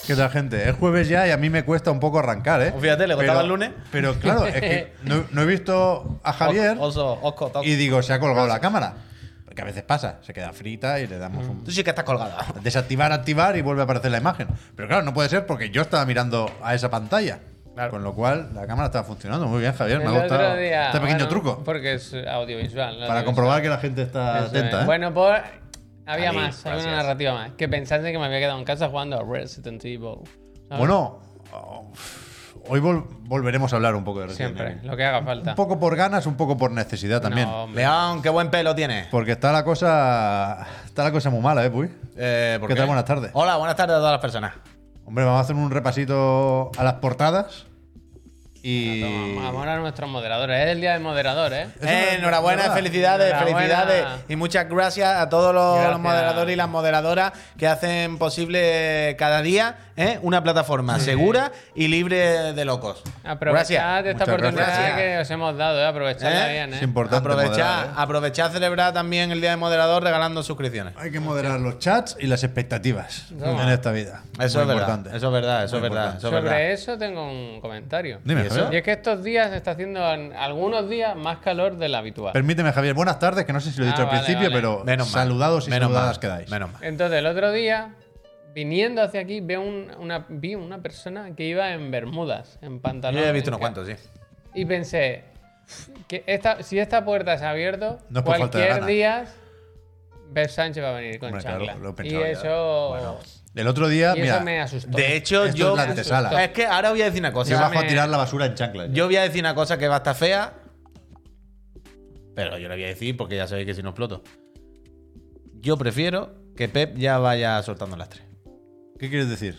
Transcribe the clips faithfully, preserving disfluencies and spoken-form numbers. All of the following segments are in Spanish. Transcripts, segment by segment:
¿Qué tal, gente? Es jueves ya y a mí me cuesta un poco arrancar, ¿eh? Pues fíjate, le costaba Pero- el lunes. Pero claro, es que no, no he visto a Javier Oso, osco, toco. y digo, se ha colgado la cámara. Porque a veces pasa, se queda frita y le damos un Tú sí que estás colgada. desactivar, activar y vuelve a aparecer la imagen. Pero claro, no puede ser porque yo estaba mirando a esa pantalla. Claro. Con lo cual, la cámara estaba funcionando. Muy bien, Javier. Me El ha gustado otro día, este pequeño bueno, truco. Porque es audiovisual. Para audiovisual. comprobar que la gente está Eso atenta, es. ¿eh? Bueno, pues había Ali, más, había una gracias. narrativa más. Que pensaste que me había quedado en casa jugando a Resident Evil. ¿sabes? Bueno, oh, hoy vol- volveremos a hablar un poco de Resident Siempre, Evil. lo que haga falta. Un poco por ganas, un poco por necesidad también. No, hombre. León, qué buen pelo tienes. Porque está la cosa. Está la cosa muy mala, ¿eh, Puy? Eh, ¿por ¿Qué tal? Buenas tardes. Hola, buenas tardes a todas las personas. Hombre, vamos a hacer un repasito a las portadas. Y. Toma, amor a nuestros moderadores. Es el día del moderador, ¿eh? Eso Eh, es enhorabuena, verdad. felicidades, Enhorabuena. felicidades. Y muchas gracias a todos los, Gracias. los moderadores y las moderadoras que hacen posible cada día ¿eh? una plataforma segura y libre de locos. Aprovechad esta Muchas oportunidad gracias. que os hemos dado, ¿eh? Aprovechadla ¿Eh? bien, ¿eh? Es importante. Aprovechar, moderar, ¿eh? aprovechar a celebrar también el Día del Moderador regalando suscripciones. Hay que moderar los chats y las expectativas Toma. en esta vida. Eso Muy es verdad, importante. eso es verdad, eso es Muy verdad, importante. eso es verdad. Sobre eso tengo un comentario. Dime, ¿Y eso? Javier. Y es que estos días se está haciendo en algunos días más calor del habitual. Permíteme, Javier. Buenas tardes, que no sé si lo he Ah, dicho al vale, principio, vale. pero Menos mal. saludados y Menos saludadas mal, quedáis. Menos mal. Entonces, el otro día, viniendo hacia aquí, veo un- una, vi una persona que iba en bermudas, en Yo pantalón. ya he visto en unos ca- cuantos, sí. Y pensé, que esta, si esta puerta se ha abierto, No es por falta de cualquier ganas. día, Beth Sánchez va a venir con Hombre, claro, chancla. lo he y pensado ya. eso, El otro día, y mira, eso me asustó. De hecho, Esto yo. es la antesala. Es que ahora voy a decir una cosa. yo bajo a me- tirar la basura en chanclas. Yo voy a decir una cosa que va a estar fea. Pero yo la voy a decir porque ya sabéis que si no exploto. Yo prefiero que Pep ya vaya soltando las tres. ¿Qué quieres decir?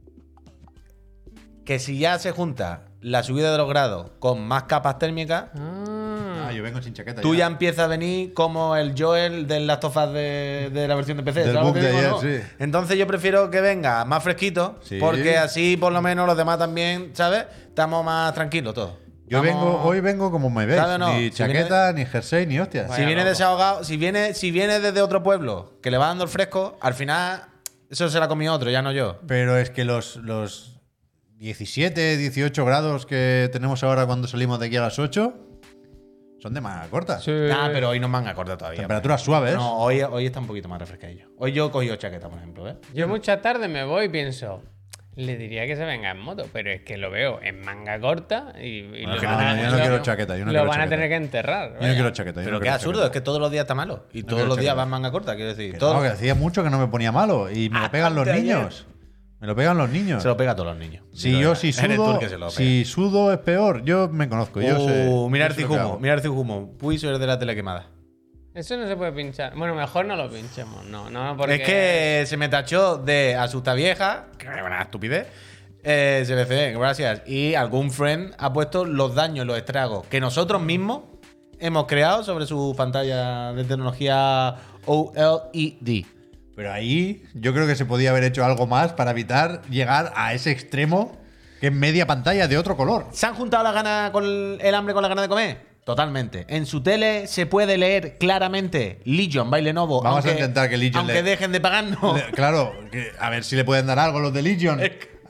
Que si ya se junta la subida de los grados con más capas térmicas, Ah, Ah, yo vengo sin chaqueta. tú ya empiezas a venir como el Joel del Last of Us de, de la versión de P C. Del ¿sabes lo bug que de digo, ayer, no? sí. Entonces yo prefiero que venga más fresquito, Sí. porque así por lo menos los demás también, ¿sabes? Estamos más tranquilos todos. Yo Estamos- vengo, hoy vengo como me ves. ¿Sabe o no? Ni Si chaqueta, ni jersey, ni hostias. Si Vaya viene loco. desahogado, si viene, si viene desde otro pueblo que le va dando el fresco, al final eso se la comió otro, ya no yo. Pero es que los, los diecisiete, dieciocho grados que tenemos ahora cuando salimos de aquí a las ocho son de manga corta. sí. Ah, pero hoy no me han acordado todavía. Temperaturas suaves. No, hoy, hoy está un poquito más refrescadillo. Hoy yo he cogido chaqueta, por ejemplo, ¿eh? Yo muchas tardes me voy y pienso, le diría que se venga en moto, pero es que lo veo en manga corta y, y Bueno, lo es que van no, a- no, yo no lo- quiero chaqueta, yo no lo quiero van a chaqueta. tener que enterrar. Yo no vaya. quiero chaqueta. yo Pero no qué quiero absurdo, chaqueta. es que todos los días está malo. Y todos quiero los días chaqueta. van manga corta, quiero decir. Que Todo- no, que hacía mucho que no me ponía malo y me lo pegan los antes de ayer. niños. Me lo pegan los niños. Se lo pega a todos los niños. Si Dilo yo ya. si Eres tú el sudo, que se lo pega. si sudo es peor. Yo me conozco. Yo sé. Uh, mirar yo sé lo que Cijumo, hago. mirar Cijumo. Puy, soy de la tele quemada. Eso no se puede pinchar. Bueno, mejor no lo pinchemos, no, no, porque... Es que se me tachó de asusta vieja, que es una estupidez. Eh, C B C, gracias. Y algún friend ha puesto los daños, los estragos que nosotros mismos hemos creado sobre su pantalla de tecnología O L E D. Pero ahí yo creo que se podía haber hecho algo más para evitar llegar a ese extremo que es media pantalla de otro color. ¿Se han juntado la gana con el, el hambre con la gana de comer? Totalmente. En su tele se puede leer claramente Legion, Baile Novo. Vamos a aunque- intentar que Legion Aunque le- dejen de pagarnos. Le- Claro, que a ver si le pueden dar algo los de Legion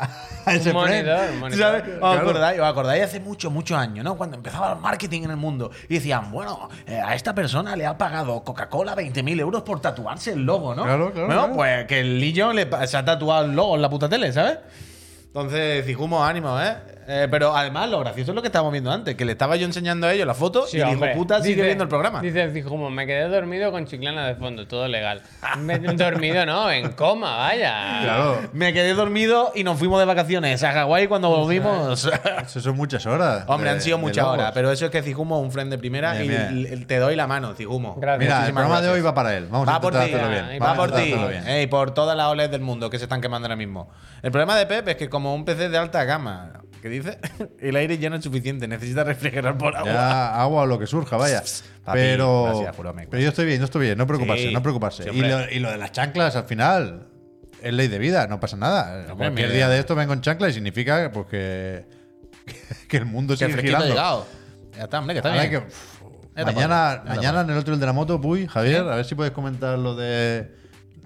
a ese Un friend. monitor, un monitor. ¿Sabes? ¿Os Claro. acordáis? ¿Os acordáis hace muchos, muchos años, ¿no? Cuando empezaba el marketing en el mundo y decían, bueno, eh, a esta persona le ha pagado Coca-Cola veinte mil euros por tatuarse el logo, ¿no? Claro, claro, Bueno, claro. pues que el Legion le pa- se ha tatuado el logo en la puta tele, ¿sabes? Entonces, Cijumo, ánimo, ¿eh? Eh, Pero además, lo gracioso es lo que estábamos viendo antes, que le estaba yo enseñando a ellos la foto Sí, y dijo, hombre. puta, sigue Dice- viendo el programa. Dice Cijumo, me quedé dormido con chiclana de fondo, todo legal. Me- dormido no, en coma, vaya. Claro, Me quedé dormido y nos fuimos de vacaciones a Hawái cuando volvimos. eso son muchas horas. Hombre, de- han sido de muchas logos. horas, pero eso es que Cijumo es un friend de primera Bien, y bien. l- l- te doy la mano, Cijumo. Gracias. Mira, el Muchísimas programa de gracias. hoy va para él. Vamos a Va por intentar ti, hacerlo ah, bien. y Va Vamos a por ti. intentar hacerlo bien. Eh, y por todas las O L E D del mundo que se están quemando ahora mismo. El problema de Pep es que como un P C de alta gama, ¿qué dice? El aire ya no es suficiente, necesita refrigerar por agua. Ya agua o lo que surja, vaya. Papi, pero, gracias, Jurame. pero yo estoy bien, yo estoy bien, no preocuparse, Sí, no preocuparse. sí, y, hombre. lo, y lo de las chanclas, al final, es ley de vida, no pasa nada. Hombre, Cualquier mira. día de esto vengo en chancla y significa pues, que, que el mundo Que sigue fresquito ha girando. llegado. Ya está, hombre, que está Ahora bien. hay que- uf, Ya está mañana padre, ya está mañana en el otro el de la moto, Puy, Javier, a ver si puedes comentar lo de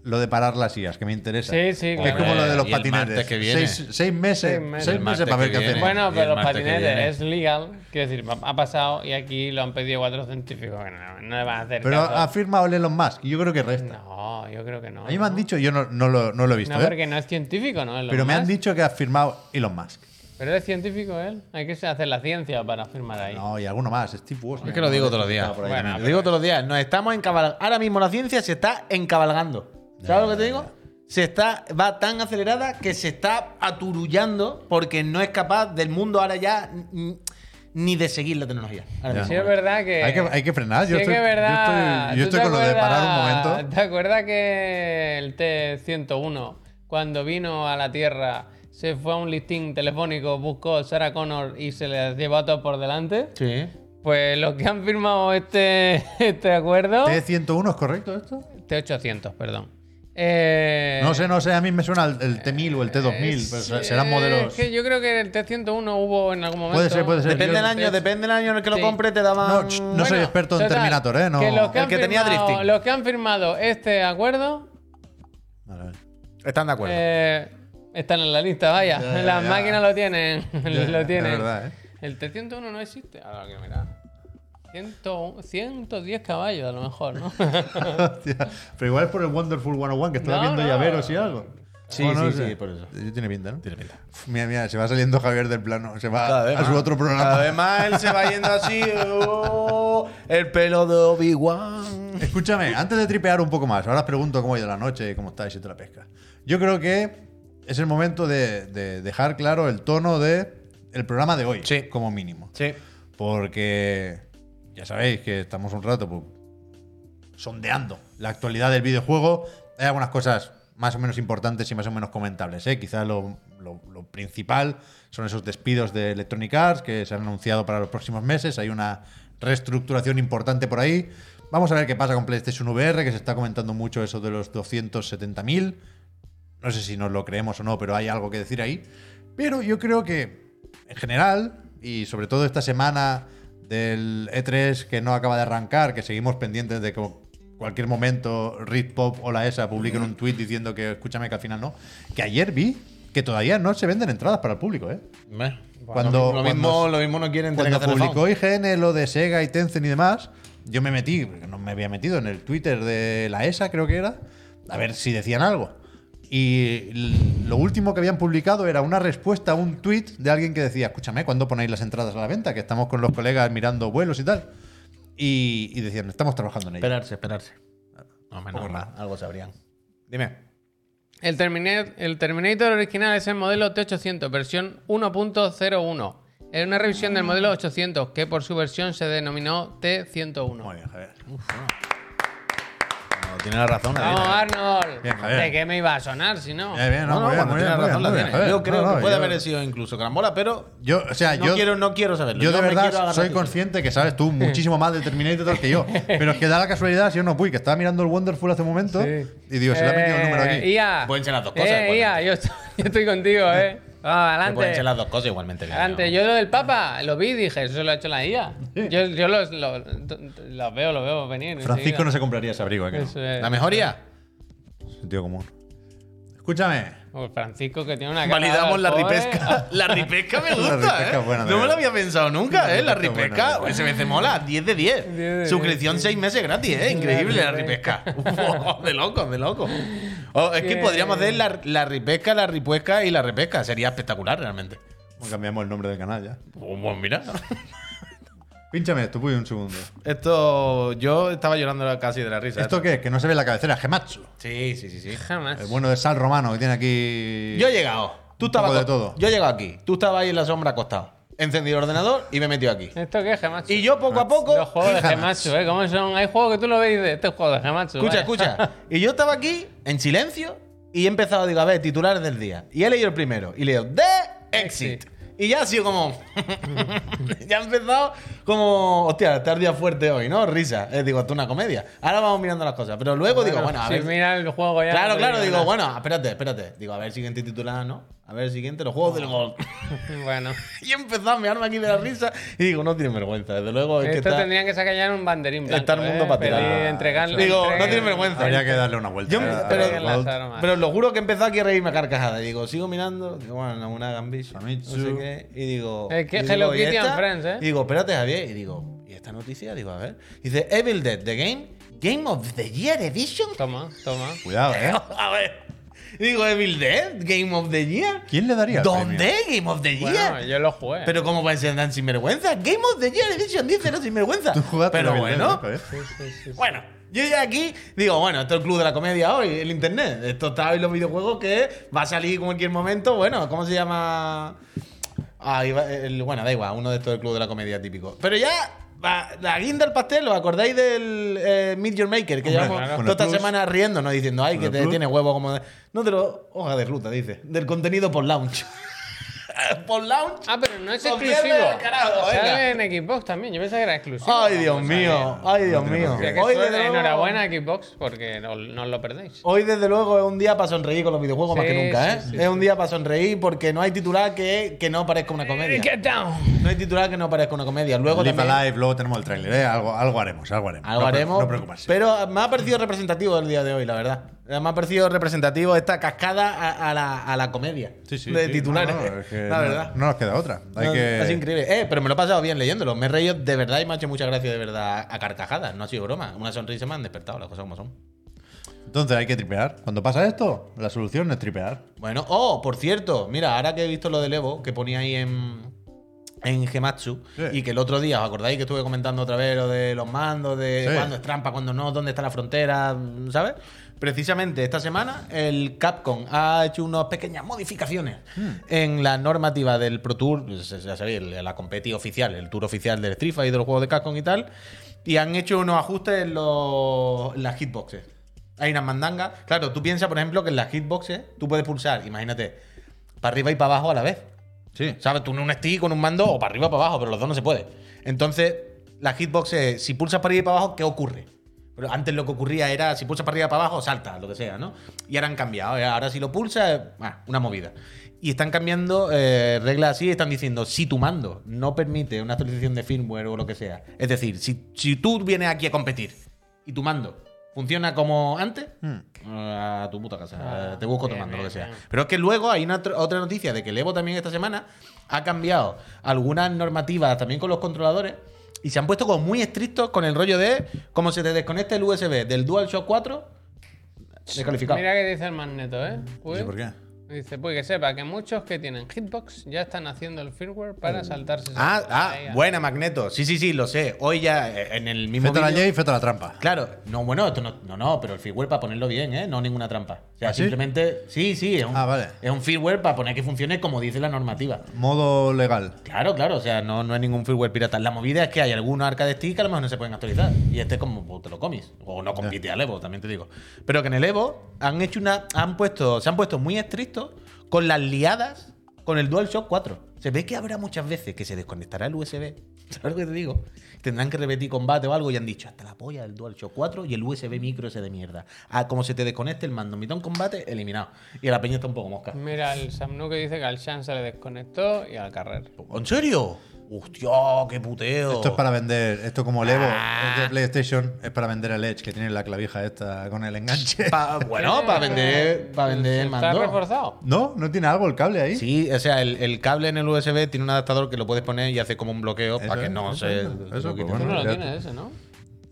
lo de parar las I As, que me interesa. Sí, sí, Que claro. es como lo de los Y el patinetes. martes que viene. Seis, seis meses, Seis meses. seis El meses martes para ver que qué viene. hacemos. Bueno, Y el pero los martes que patinetes viene. es legal. Quiero decir, ha ha pasado y aquí lo han pedido cuatro científicos. que No, no le van a hacer Pero caso. ha firmado el Elon Musk y yo creo que resta. No, yo creo que no. A mí me han dicho, yo no, no, lo, no lo he visto, No, ¿eh? porque no es científico, ¿no? Elon Pero me han Musk. dicho que ha firmado Elon Musk. Pero es científico él. Hay que hacer la ciencia para firmar ahí. No, y alguno más, Steve Wozniak. Es que lo digo todos los días. Por ahí Bueno, también. Lo digo todos los días. Nos estamos encabalgando. Ahora mismo la ciencia se está encabalgando. ¿Sabes lo que te digo? Se está, va tan acelerada que se está aturullando porque no es capaz del mundo ahora ya n- ni de seguir la tecnología. Ahora Ya. mismo. Sí, es verdad que. Hay que, hay que frenar. Sí, Yo es estoy, que es verdad. yo estoy, yo ¿Tú estoy te con lo de parar un acuerdas- momento. ¿Te acuerdas que el T ciento uno, cuando vino a la Tierra, se fue a un listín telefónico, buscó Sarah Connor y se les llevó a todos por delante? Sí. Pues los que han firmado este, este acuerdo. ¿T ciento uno es correcto esto? T ochocientos, perdón. Eh, No sé, no sé. A mí me suena el, el T mil o el T dos mil. pero eh, serán modelos. Es que yo creo que el T ciento uno hubo en algún momento. Puede ser, puede ser. Depende Yo- del año, depende del año en el que lo Sí. compre, te No, daban. ch, no soy experto en total, Terminator, ¿eh? No. que los que El han que tenía firmado- drifting. Los que han firmado este acuerdo Vale, vale. Están de acuerdo. eh, están en la lista, vaya. Ya, ya, Las ya. máquinas lo tienen. Ya, lo tienen. es verdad, ¿eh? El T ciento uno no existe. Ahora quiero mirar. cien, ciento diez caballos, a lo mejor, ¿no? Hostia. Pero igual es por el Wonderful ciento uno que estaba No, viendo no. llaveros y algo. Sí, O no sí, sé. sí, por eso. Tiene pinta, ¿no? Tiene pinta. Uf, mira, mira, se va saliendo Javier del plano. Se va Cada vez a su más. otro programa. Cada vez más él se va yendo así. oh, el pelo de Obi-Wan. Escúchame, antes de tripear un poco más, ahora os pregunto cómo ha ido la noche y cómo estáis y toda la pesca. Yo creo que es el momento de, de dejar claro el tono de el programa de hoy, Sí. como mínimo. Sí. Porque ya sabéis que estamos un rato pues, sondeando la actualidad del videojuego. Hay algunas cosas más o menos importantes y más o menos comentables. ¿eh? Quizás lo, lo- lo principal son esos despidos de Electronic Arts que se han anunciado para los próximos meses. Hay una reestructuración importante por ahí. Vamos a ver qué pasa con PlayStation V R, que se está comentando mucho eso de los doscientos setenta mil. No sé si nos lo creemos o no, pero hay algo que decir ahí. Pero yo creo que, en general, y sobre todo esta semana del E tres que no acaba de arrancar, que seguimos pendientes de que cualquier momento Red Pop o la E S A publiquen un tweet diciendo que escúchame que al final no. Que ayer vi que todavía no se venden entradas para el público, ¿eh? Bueno, Cuando- lo, mismo, cuando- lo mismo no quieren tener Cuando que hacer el publicó fan. I G N lo de Sega y Tencent y demás, yo me metí, porque no me había metido en el Twitter de la E S A, creo que era, a ver si decían algo. Y l- lo último que habían publicado era una respuesta a un tweet de alguien que decía, escúchame, ¿cuándo ponéis las entradas a la venta? Que estamos con los colegas mirando vuelos y tal. Y, y decían, estamos trabajando en ello. Esperarse, esperarse. No, menos Poco mal, algo sabrían. Dime. El Terminator, el Terminator original es el modelo T ochocientos, versión uno punto cero uno. Es una revisión del modelo ochocientos, que por su versión se denominó T ciento uno. Muy bien, Javier. No, tiene la razón. Vamos, David. Arnold. Bien, Javier. ¿De qué me iba a sonar si no? Eh, bien, no, No, no, muy bien, cuando muy tiene bien, muy razón bien, la muy bien, tiene. Javier. Yo creo No, no, que puede yo- haber sido incluso carambola, pero Yo, o sea, no, yo, quiero, no quiero saberlo. Yo de me quiero verdad agarrar soy tu- consciente que sabes tú muchísimo más de Terminator que yo. Pero es que da la casualidad, si yo no fui, que estaba mirando el Wonderful hace un momento y digo, se le ha metido el número Eh, aquí. I A. Pueden ser las dos cosas, Eh, I A, igualmente. yo estoy, yo estoy contigo, eh. Vamos, Que pueden ser adelante. las dos cosas igualmente. que Adelante, no. yo lo del Papa lo vi y dije, eso lo ha hecho la I A. Yo, yo los, los, los veo, lo veo venir. Francisco enseguida. no se compraría ese abrigo, ¿eh? que no? Eso es. ¿La mejoría? Sentido común. Escúchame. O Francisco que tiene una cara. Validamos la pobre. ripesca. La ripesca me La gusta, ripesca ¿eh? es buena, de no me lo verdad. había pensado nunca, La ¿eh? La ripesca es ripesca. buena, Pues se me hace mola. diez de diez. diez de Suscripción diez, seis meses gratis, ¿eh? Increíble la ripesca. Uf, de loco, de loco. Oh, es que Que- podríamos hacer la, la ripesca, la ripuesca y la repesca. Sería espectacular, realmente. Bueno, cambiamos el nombre del canal ya. Pues, pues mira. Pínchame esto, puy un segundo. Esto. Yo estaba llorando casi de la risa. ¿Esto qué es? Que no se ve la cabecera, Gematsu. Sí, sí, sí, sí. Jamás. El bueno de Sal Romano que tiene aquí. Yo he llegado. Tú Un estabas poco de aco- todo. Yo he llegado aquí. Tú estabas ahí en la sombra acostado. Encendí el ordenador y me he metido aquí. ¿Esto qué es, Gematsu? Y yo poco a poco. Los juegos de Gematsu. Gematsu, ¿eh? ¿Cómo son? Hay juegos que tú lo ves y dices, este es juego de Gematsu. Escucha, vaya. escucha. Y yo estaba aquí en silencio y he empezado, digo, a ver, titulares del día. Y he leído el primero. Y leo, The Exit. Exit. Y ya ha sido como. ya ha empezado como. Hostia, estar día fuerte hoy, ¿no? Risa. Eh, digo, esto es una comedia. Ahora vamos mirando las cosas. Pero luego digo, bueno, a si ver. mira el juego ya. Claro, no te claro, digo digo, nada. bueno, espérate, espérate. Digo, a ver, siguiente titular, ¿no? A ver, siguiente, los juegos del golf. Bueno. Y empezó a mearme aquí de la risa. Y digo, no tiene vergüenza. Desde luego, es que Esto está, tendrían que sacar ya en un banderín blanco. está el mundo ¿eh? para tirar. Pedir, entregarle. Digo, entreguen- no tiene vergüenza. Habría que darle una vuelta. Yo- eh, a- pero- a- Entreguen las armas. Pero os lo juro que empezó aquí a reírme a carcajada. Y digo, sigo mirando. Digo, bueno, una Gambit. No Famitsu. sé qué. Y digo. Es que y digo, Hello ¿y Kitty and esta? Friends, ¿eh? Y digo, espérate, Javier. Y digo, ¿y esta noticia? Digo, a ver. Dice, Evil Dead, The Game, Game of the Year Edition. Toma, toma. Cuidado, ¿eh? A ver. Y digo, Evil Dead, Game of the Year. ¿Quién le daría el ¿Dónde? premio? Game of the Bueno, Year. yo lo jugué. Pero ¿cómo va a ser tan sinvergüenza? Game of the Year Edition, dice, no sinvergüenza. Tú jugaste Pero Evil Dead, bueno. ¿eh? Sí, sí, sí, sí. Bueno, yo ya aquí digo, bueno, esto es el club de la comedia hoy, el internet. Esto está hoy los videojuegos que va a salir en cualquier momento. Bueno, ¿cómo se llama? Ah, iba- el- bueno, da igual, uno de estos del club de la comedia típico. Pero ya, va, la guinda del pastel, ¿os acordáis del eh, Meet Your Maker? Que Hombre, llevamos claro. Con toda el esta plus. semana riéndonos diciendo, ay, Con que el te, plus. tiene huevo como de. No de los hoja de ruta, dice. Del contenido por launch. por launch. Ah, pero no es Con exclusivo. mierda, carajo, venga. Sale en Xbox también. Yo pensaba que era exclusivo. Ay, Dios Vamos, mío, sale. ay, Dios No tiene mío. por O sea, qué. que Hoy, suerte, desde luego- enhorabuena Xbox porque no, no os lo perdéis. Hoy, desde luego, es un día para sonreír con los videojuegos más Sí, que nunca, ¿eh? sí, sí, es sí. un día para sonreír porque no hay titular que, que no parezca una comedia. Get down. No hay titular que no parezca una comedia. Luego Live también, Alive, luego tenemos el tráiler, ¿eh? Algo, algo haremos, algo haremos. algo No pre- haremos. No preocuparse. Pero me ha parecido representativo el día de hoy, la verdad. Me ha parecido representativo esta cascada a, a la, a la comedia Sí, sí, de sí. titulares. No, no, es que la no- verdad. No nos queda otra. Hay No, que... Es increíble. Eh, pero me lo he pasado bien leyéndolo. Me he reído de verdad y me ha hecho mucha gracia de verdad a carcajadas. No ha sido broma. Una sonrisa me han despertado, las cosas como son. Entonces hay que tripear. Cuando pasa esto, la solución es tripear. Bueno, oh, por cierto, mira, ahora que he visto lo del Evo, que ponía ahí en, en Gematsu, Sí. y que el otro día, ¿os acordáis que estuve comentando otra vez lo de los mandos, de Sí. cuándo es trampa, cuándo no, dónde está la frontera, ¿sabes? Precisamente esta semana el Capcom ha hecho unas pequeñas modificaciones en la normativa del Pro Tour, pues, ya sabéis, el- la competi oficial, el tour oficial del Street Fighter y de los juegos de Capcom y tal, y han hecho unos ajustes en, los, en las hitboxes. Hay unas mandangas. Claro, tú piensas, por ejemplo, que en las hitboxes tú puedes pulsar, imagínate, para arriba y para abajo a la vez. Sí. ¿Sabes? Tú en un stick con un mando o para arriba o para abajo, pero los dos no se puede. Entonces, la hitbox es, si pulsas para arriba y para abajo, ¿qué ocurre? Pero antes lo que ocurría era, si pulsas para arriba y para abajo, salta, lo que sea, ¿no? Y ahora han cambiado. ¿eh? Ahora si lo pulsas, ah, una movida. Y están cambiando eh, reglas así, están diciendo, si tu mando no permite una actualización de firmware o lo que sea, es decir, si, si tú vienes aquí a competir y tu mando funciona como antes, a tu puta casa, Ah, te busco otro bien, mando, lo que bien, sea. bien. Pero es que luego hay una tr- otra noticia de que el Evo también esta semana ha cambiado algunas normativas también con los controladores y se han puesto como muy estrictos con el rollo de cómo se te desconecta el U S B del DualShock cuatro, descalificado. Mira qué dice el magneto, ¿eh? Uy. ¿Eso por qué? Dice, pues que sepa que muchos que tienen Hitbox ya están haciendo el firmware para saltarse. Ah, esa- ah, ahí, ahí. buena, Magneto. Sí, sí, sí, lo sé. Hoy ya eh, en el mismo Feta la vídeo- J y feta la trampa. Claro, no, bueno, esto no, no, no, pero el firmware para ponerlo bien, ¿eh? No ninguna trampa. O sea, ¿Ah, sí? simplemente, sí, sí, es un, Ah, vale. es un firmware para poner que funcione como dice la normativa. Modo legal. Claro, claro, o sea, no, no es ningún firmware pirata. La movida es que hay algunos arcade stick que a lo mejor no se pueden actualizar. Y este es como, pues, te lo comes. O no compite al Evo, también te digo. Pero que en el Evo han hecho una. han puesto. Se han puesto muy estrictos con las liadas con el DualShock cuatro. Se ve que habrá muchas veces que se desconectará el U S B. ¿Sabes lo que te digo? Tendrán que repetir combate o algo y han dicho hasta la polla del DualShock cuatro y el U S B micro ese de mierda. Ah, como se te desconecte el mando en mitad de un combate, eliminado. Y a la peña está un poco mosca. Mira, el Samnu que dice que al Shan se le desconectó y al Carrer. ¿En serio? Hostia, qué puteo. Esto es para vender, esto como el Evo Ah. es de PlayStation, es para vender el Edge que tiene la clavija esta con el enganche. Pa- bueno, para vender, para vender el ¿Está mando. reforzado? ¿No? ¿No tiene algo el cable ahí? Sí, o sea, el, el cable en el U S B tiene un adaptador que lo puedes poner y hace como un bloqueo Eso para que es, no eso se. es, se eso, lo quite. pues Tú bueno, no lo ya- tienes ese, ¿no?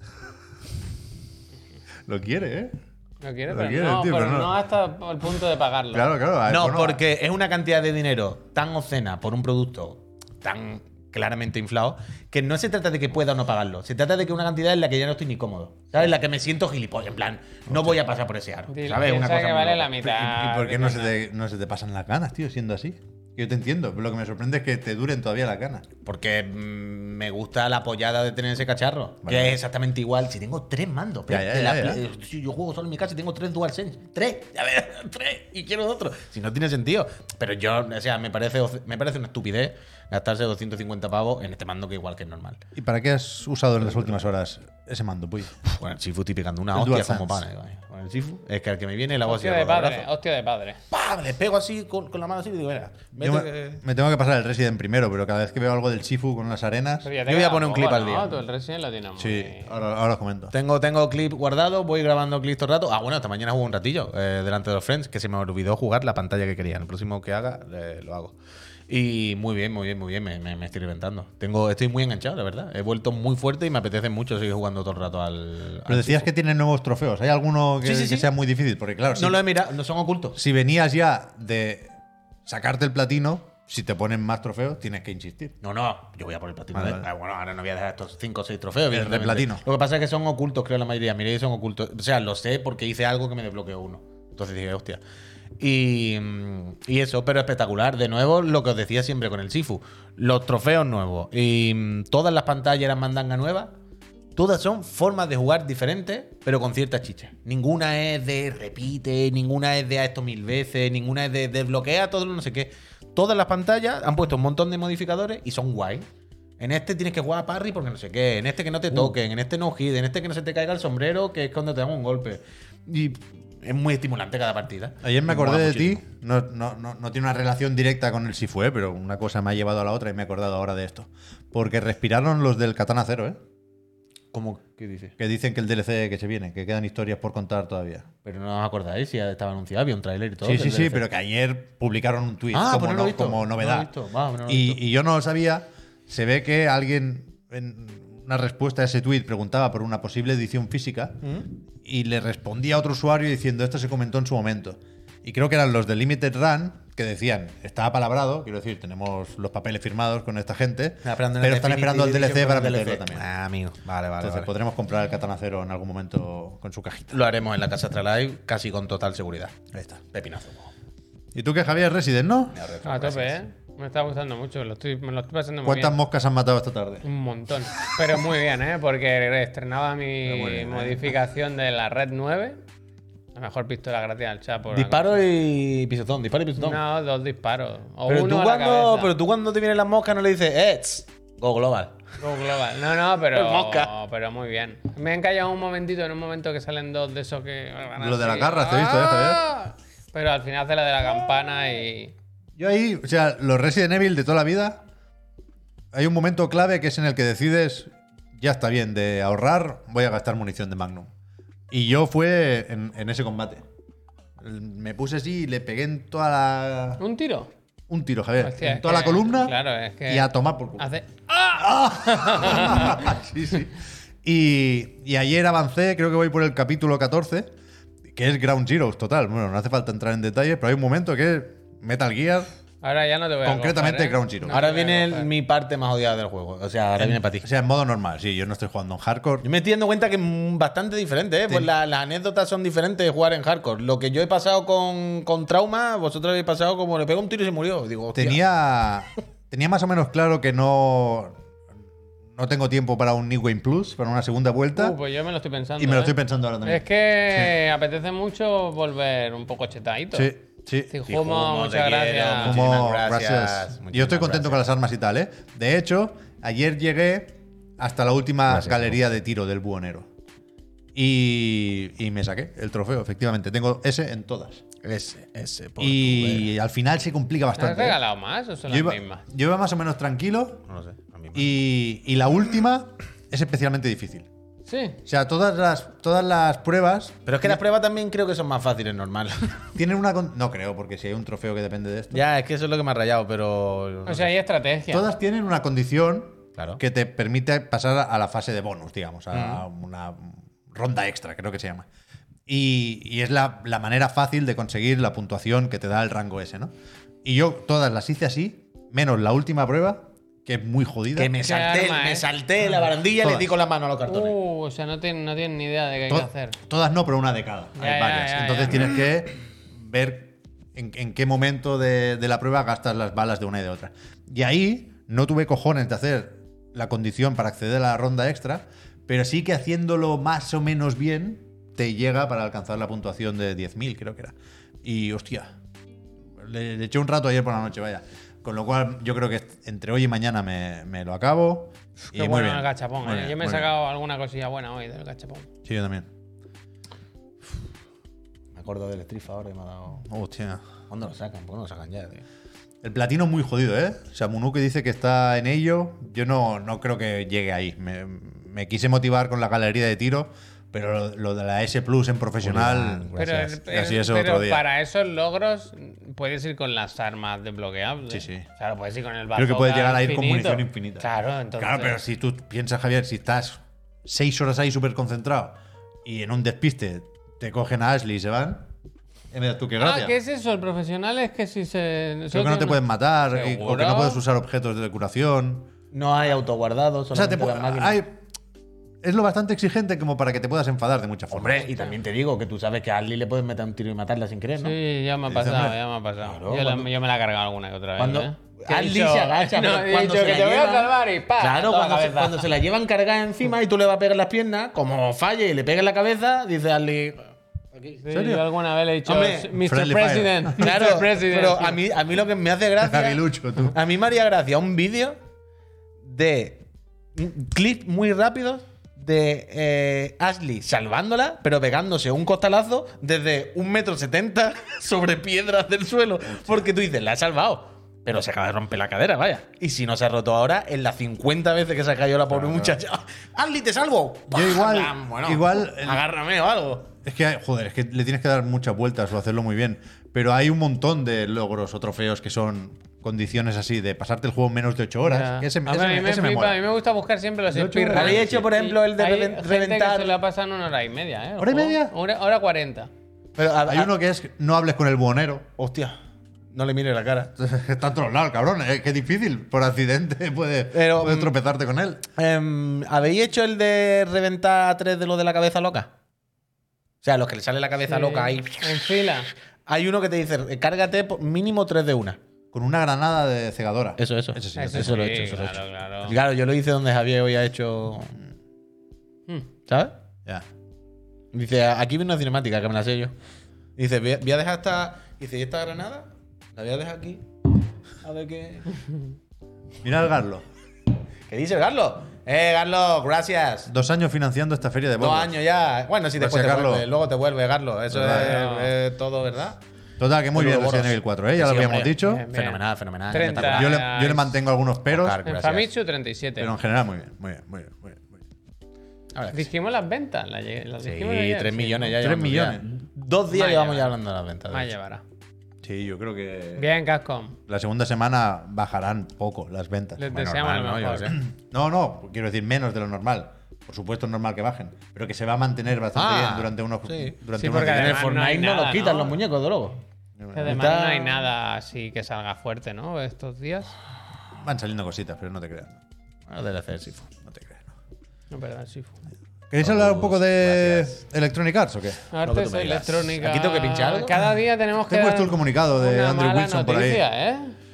Lo quiere, ¿eh? Lo quiere, Lo pero, quiere, no, tío, pero pero no. no hasta el punto de pagarlo. Claro, claro. a ver, No, bueno, porque es una cantidad de dinero tan obscena por un producto tan claramente inflado que no se trata de que pueda o no pagarlo. Se trata de que una cantidad en la que ya no estoy ni cómodo. ¿Sabes? En la que me siento gilipollas. En plan, no voy a pasar por ese aro. Dile, ¿Sabes? Una piensa cosa que muy vale loca. la mitad. ¿Y por qué no se, de- te, no se te pasan las ganas, tío, siendo así? Que yo te entiendo, pero lo que me sorprende es que te duren todavía las ganas. Porque mm, me gusta la apoyada de tener ese cacharro. Vale. Que es exactamente igual. Si tengo tres mandos. Ya, pero ya, de ya, la ya. Play- si yo juego solo en mi casa y tengo tres DualSense. Tres. A ver, tres. Y quiero otro. Si no tiene sentido. Pero yo, o sea, me parece, me parece una estupidez gastarse doscientos cincuenta pavos en este mando que igual que es normal. ¿Y para qué has usado en las últimas horas ese mando, Puy? Bueno, el Sifu estoy pegando una El hostia DualSense. como pana. vaya. Con el Sifu es que al que me viene la voz Hostia de padre, hostia de padre. ¡Pam! Le pego así con, con la mano así y digo, mira, Yo vete me, que- me tengo que pasar el Resident primero, pero cada vez que veo algo del Shifu con las arenas. Pero ya te Yo voy a queda poner un clip poco, al día. ¿no? Tú el Resident lo tienes muy... Sí, ahora, ahora os comento. Tengo, tengo clip guardado, voy grabando clips todo el rato. Ah, bueno, esta mañana jugué un ratillo eh, delante de los friends, que se me olvidó jugar la pantalla que quería. El próximo que haga, eh, lo hago. Y muy bien, muy bien, muy bien, me, me- me estoy reventando. Tengo, estoy muy enganchado, la verdad. He vuelto muy fuerte y me apetece mucho seguir jugando todo el rato al. Pero al decías Sifu. que tienen nuevos trofeos. ¿Hay alguno que, Sí, sí, que sí. sea muy difícil? Porque claro, si, No lo he mirado, no son ocultos. si venías ya de sacarte el platino, si te ponen más trofeos, tienes que insistir. No, no, yo voy a por el platino. Vale, de- vale. Ah, bueno, ahora no voy a dejar estos cinco o seis trofeos. El de evidentemente. platino. Lo que pasa es que son ocultos, creo, la mayoría. Miré, son ocultos. O sea, lo sé porque hice algo que me desbloqueó uno. Entonces dije, hostia. Y, mm, y eso, pero espectacular. De nuevo, lo que os decía siempre con el Sifu. Los trofeos nuevos y mm, todas las pantallas eran mandanga nuevas. Todas son formas de jugar diferentes, pero con ciertas chichas. Ninguna es de repite, ninguna es de a esto mil veces, ninguna es de desbloquea todo lo no sé qué. Todas las pantallas han puesto un montón de modificadores y son guay. En este tienes que jugar a parry porque no sé qué. En este que no te toquen. En este no hit. En este que no se te caiga el sombrero, que es cuando te dan un golpe. Y es muy estimulante cada partida. Ayer me Y mola acordé de muchísimo. ti. No, no, no, no tiene una relación directa con el Shifu, ¿eh? Pero una cosa me ha llevado a la otra y me he acordado ahora de esto. Porque respiraron los del Katana Zero, ¿eh? ¿Cómo? ¿Qué dices? Que dicen que el D L C que se viene, que quedan historias por contar todavía. Pero no os acordáis si ya estaba anunciado, había un tráiler y todo. Sí, del sí, sí, D L C. pero que ayer publicaron un tweet Ah, como, pues no lo no- he visto. como No lo he novedad. visto. Va, no lo he y, visto. y yo no lo sabía. Se ve que alguien en una respuesta a ese tweet preguntaba por una posible edición física y le respondía a otro usuario diciendo esto se comentó en su momento. Y creo que eran los de Limited Run que decían, está apalabrado, quiero decir, tenemos los papeles firmados con esta gente, Están esperando pero el están Definitive esperando el D L C Edition para con el D L C. meterlo también. Ah, amigo. Vale, vale. Entonces vale. podremos comprar el Katana Zero en algún momento con su cajita. Lo haremos en la casa Astralife casi con total seguridad. Ahí está. Pepinazo. ¿Y tú qué, Javier? Resident, ¿no? A tope, ¿eh? Me está gustando mucho, lo estoy, me lo estoy pasando muy ¿Cuántas bien. moscas han matado esta tarde? Un montón. Pero muy bien, ¿eh? Porque estrenaba mi muy bien, ¿eh? modificación de la Red nueve. La mejor pistola gracias al chat. por Disparo y pisotón, disparo y pisotón. No, dos disparos. O pero, uno tú a la cuando, cabeza. pero tú cuando te vienen las moscas no le dices, ¡Ets! Go global. Go global. No, no, pero, Mosca. pero muy bien. Me he encallado un momentito, en un momento que salen dos de esos que... van Lo de así. las garras, te he visto, ¿eh, Javier? ¡Ah! Pero al final hace la de la campana y... Yo ahí, o sea, los Resident Evil de toda la vida, hay un momento clave que es en el que decides, ya está bien, de ahorrar, voy a gastar munición de Magnum. Y yo fue en, en ese combate. Me puse así y le pegué en toda la... ¿Un tiro? Un tiro, Javier. Hostia, en es toda que- la columna claro, es que- y a tomar por culo. Hace... sí, sí. Y, y ayer avancé, creo que voy por el capítulo catorce, que es Ground Zeroes, total. Bueno, no hace falta entrar en detalles, pero hay un momento que es Metal Gear, Ahora ya no te voy a concretamente coger, ¿eh? Ground Zero. No Ahora te voy a viene el- coger. mi parte más odiada del juego. O sea, ahora viene para ti. o sea, en modo normal. Sí, yo no estoy jugando en hardcore. Yo me estoy dando cuenta que es mm, bastante diferente, ¿eh? Pues la- las anécdotas son diferentes de jugar en hardcore. Lo que yo he pasado con, con trauma, vosotros habéis pasado como le pegó un tiro y se murió. Digo, hostia. Tenía, tenía más o menos claro que no, no tengo tiempo para un New Game Plus, para una segunda vuelta. Uh, pues yo me lo estoy pensando. y me lo ¿eh? estoy pensando ahora también. Es que apetece mucho volver un poco chetadito. Sí, sí. Sí, Sí, Jumo, Jumo, muchas te quiero, gracias. muchísimas Como, gracias, gracias. muchísimas Yo estoy contento gracias. con las armas y tal, ¿eh? De hecho, ayer llegué hasta la última Gracias, galería de tiro del buhonero. Y, y me saqué el trofeo, efectivamente. Tengo ese en todas. Ese, ese, por Y al final se complica ¿Has bastante. ¿eh? regalado más o son Yo las iba, mismas? yo iba más o menos tranquilo. tu- No lo sé, a mí me- Y, y la última es especialmente difícil. Sí. O sea, todas las, todas las pruebas Pero es que las pruebas también creo que son más fáciles, normal. tienen una... con- No creo, porque si hay un trofeo que depende de esto. ya, es que eso es lo que me ha rayado, pero. O sea, hay estrategia. Todas tienen una condición Claro. que te permite pasar a la fase de bonus, digamos, a una ronda extra, creo que se llama. Y, y es la, la manera fácil de conseguir la puntuación que te da el rango ese, ¿no? Y yo todas las hice así, menos la última prueba, que es muy jodida. Que me Qué salté, arma, me ¿eh? salté la barandilla y Todas. le di con la mano a los cartones. Uh, o sea, no tienen, no tienen ni idea de qué hay To- que hacer. Todas no, pero una de cada. Ya, Hay ya, varias. ya, Entonces ya. tienes que ver en, en qué momento de, de la prueba gastas las balas de una y de otra. Y ahí no tuve cojones de hacer la condición para acceder a la ronda extra, pero sí que haciéndolo más o menos bien te llega para alcanzar la puntuación de diez mil, creo que era. Y hostia, le, le eché un rato ayer por la noche, vaya. Con lo cual yo creo que entre hoy y mañana me, me lo acabo. Qué y muy bueno bien. el gachapón, Muy ¿eh? bien, Yo me he muy bien. sacado alguna cosilla buena hoy del gachapón. Sí, yo también. Me acuerdo del Street ahora y me ha dado. Hostia. ¿Cuándo lo sacan? ¿Por qué no lo sacan ya, tío? El platino es muy jodido, ¿eh? O sea, Munuke dice que está en ello. Yo no, no creo que llegue ahí. Me, me quise motivar con la galería de tiro, pero lo, lo de la S Plus en profesional. Muy bien, Pero, Gracias. el- el- Así es pero otro día. para esos logros puedes ir con las armas desbloqueables. Sí, sí. Claro, puedes ir con el Creo que puedes bazooka llegar a ir con infinito. munición infinita. Claro, entonces. Claro, pero si tú piensas, Javier, si estás seis horas ahí súper concentrado y en un despiste te cogen a Ashley y se van, eh, mira tú qué gracia. Ah, ¿qué es eso? El profesional es que si se. Creo que no te pueden matar y- o que ¿Seguro? no puedes usar objetos de curación. No hay autoguardado, O sea, solamente te pu- las máquinas. hay- es lo bastante exigente como para que te puedas enfadar de muchas formas. Hombre, y también te digo que tú sabes que a Ali le puedes meter un tiro y matarla sin querer, ¿no? Sí, ya me ha Dice, pasado, hombre, ya me ha pasado. claro, yo, la- cuando- yo me la he cargado alguna que otra vez. Cuando ¿eh? Que he Ali dicho- se agacha, no, pero he cuando dicho se que la te voy a lleva- salvar y ¡pa! Claro, toda la cuando se, cabeza. cuando se la llevan cargada encima y tú le vas a pegar las piernas, como falle y le pegue en la cabeza, dice Ali. Aquí. Sí, serio? yo alguna vez le he dicho, Hombre, mister Friendly President. Claro, mister President. pero a mí, a mí lo que me hace gracia. Aguilucho, tú. A mí me haría gracia un vídeo de un clip muy rápido de eh, Ashley salvándola, pero pegándose un costalazo desde un metro setenta sobre piedras del suelo. Porque tú dices, la ha salvado. Pero se acaba de romper la cadera, vaya. Y si no se ha roto ahora, en las cincuenta veces que se ha caído la pobre muchacha. ¡Ashley, te salvo! Yo igual- Bam, bueno, igual el- agárrame o algo. Es que, joder, es que le tienes que dar muchas vueltas o hacerlo muy bien. Pero hay un montón de logros o trofeos que son condiciones así, de pasarte el juego en menos de ocho horas. Ya. Que ese, A ese ver, a mí me, me ese me flipa, mola. a mí me gusta buscar siempre los Yo he hecho- speedruns. ¿Habéis hecho, por ejemplo, el de Hay reven- gente reventar? que se le ha pasado en una hora y media, ¿eh? el ¿Hora y juego. media? Hora, hora cuarenta. Pero, a- Hay a- uno que es no hables con el buhonero. Hostia, no le mires la cara. Está a todos lados, cabrón. Es que difícil. Por accidente puedes Pero, puedes mm, tropezarte con él. Em, ¿Habéis hecho el de reventar a tres de los de la cabeza loca? O sea, los que le sale la cabeza Sí, loca ahí. En fila. Hay uno que te dice, cárgate por mínimo tres de una. Con una granada de cegadora. Eso, eso. Eso sí, Eso eso lo he sí, hecho, eso lo he claro, hecho. claro. Claro, yo lo hice donde Javier hoy ha hecho. Hmm. ¿Sabes? Ya. Dice, aquí viene una cinemática que me la sé yo. Dice, voy a, voy a dejar esta. Dice, ¿y esta granada? La voy a dejar aquí. A ver qué. Mira el Garlo. ¿Qué dice Carlos? Eh, Carlos, gracias. Dos años financiando esta feria de Dos Bobos. años ya. Bueno, si después te Gracias, vuelve, Carlos. luego te vuelve, Carlos. Eso Verdad, es, es todo, ¿verdad? Total, que muy Pero bien boros. Resident Evil cuatro, ¿eh? Ya lo Sí, habíamos hombre. dicho. Bien, bien. Fenomenal, fenomenal. treinta. espectacular. Yo le, yo le Nice. mantengo algunos peros, Oscar, En Gracias. Famitsu treinta y siete. pero en general muy bien. Muy bien, muy bien. Muy bien, muy bien. Ahora que sí. Dijimos las ventas. Las, lle- las Sí, dijimos ayer, tres sí, millones ¿no? ya Tres llevamos ya. millones. Dos días Más llevamos llevará. ya hablando de las ventas. de Más hecho. llevará. Sí, yo creo que Bien, Capcom. la segunda semana bajarán poco las ventas. Les Bueno, deseamos normal, lo ¿no? Yo mejor. qué sé. No, no, quiero decir menos de lo normal. Por supuesto es normal que bajen, pero que se va a mantener bastante Ah, bien durante unos sí. durante Sí, unos porque días. En el además Fortnite no hay no, nada, los quitan ¿no? los muñecos, de luego. Que además Está- no hay nada así que salga fuerte, ¿no? Estos días. Van saliendo cositas, pero no te creas. Bueno, debe ser, sí. No te creas. no. No, perdón, sí. ¿Queréis hablar un poco de Electronic Arts o qué? Artes tú me digas. electrónicas. ¿Aquí tengo que pinchar algo? Cada día tenemos Te que. he puesto dar el comunicado de una Andrew mala Wilson por ahí. noticia, ¿eh?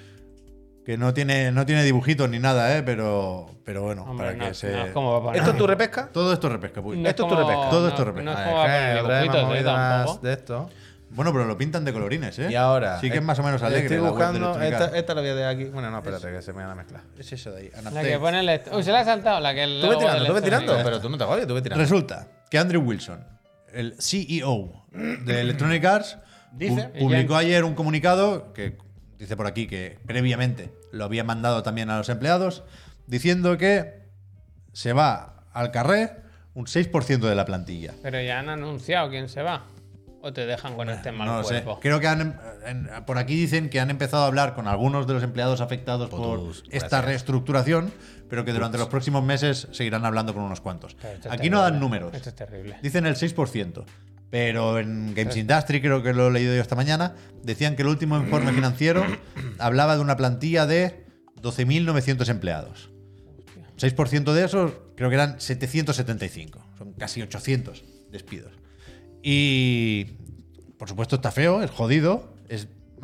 Que no tiene, no tiene dibujitos ni nada, ¿eh? Pero, pero bueno, Hombre, para no, que se. no es como va a poner. ¿Esto es tu repesca? Todo esto es repesca, puy. No Esto es como- tu repesca. Todo esto es no- repesca. No es como va a poner dibujitos, ¿eh? Tampoco. de esto. Bueno, pero lo pintan de colorines, ¿eh? Y ahora. Sí que es más o menos eh, alegre. Estoy la web de buscando. Electronic Esta, Arts. esta la voy a dejar aquí. Bueno, no, espérate, que se me van a mezclar. Es esa de ahí. La Anaptec. que pone el. est- Uy, se la ha saltado. La que el Tú ve logo tirando, del tú ve Electronic. tirando. Pero tú no te agobies, tú ve tirando. Resulta que Andrew Wilson, el C E O de Electronic Arts, Dice- pu- publicó ayer un comunicado que dice por aquí que previamente lo había mandado también a los empleados, diciendo que se va al carré un seis por ciento de la plantilla. Pero ya han anunciado quién se va. O te dejan con este mal No lo sé. cuerpo. Creo que han, em- en- por aquí dicen que han empezado a hablar con algunos de los empleados afectados por Potus, esta gracias. reestructuración, pero que durante los próximos meses seguirán hablando con unos cuantos. Pero esto es Aquí no dan terrible. números. Esto es terrible. Dicen el seis por ciento. Pero en Games Industry, creo que lo he leído yo esta mañana, decían que el último informe financiero hablaba de una plantilla de doce mil novecientos empleados. seis por ciento de esos creo que eran setecientos setenta y cinco. Son casi ochocientos despidos. Y por supuesto está feo, es jodido, es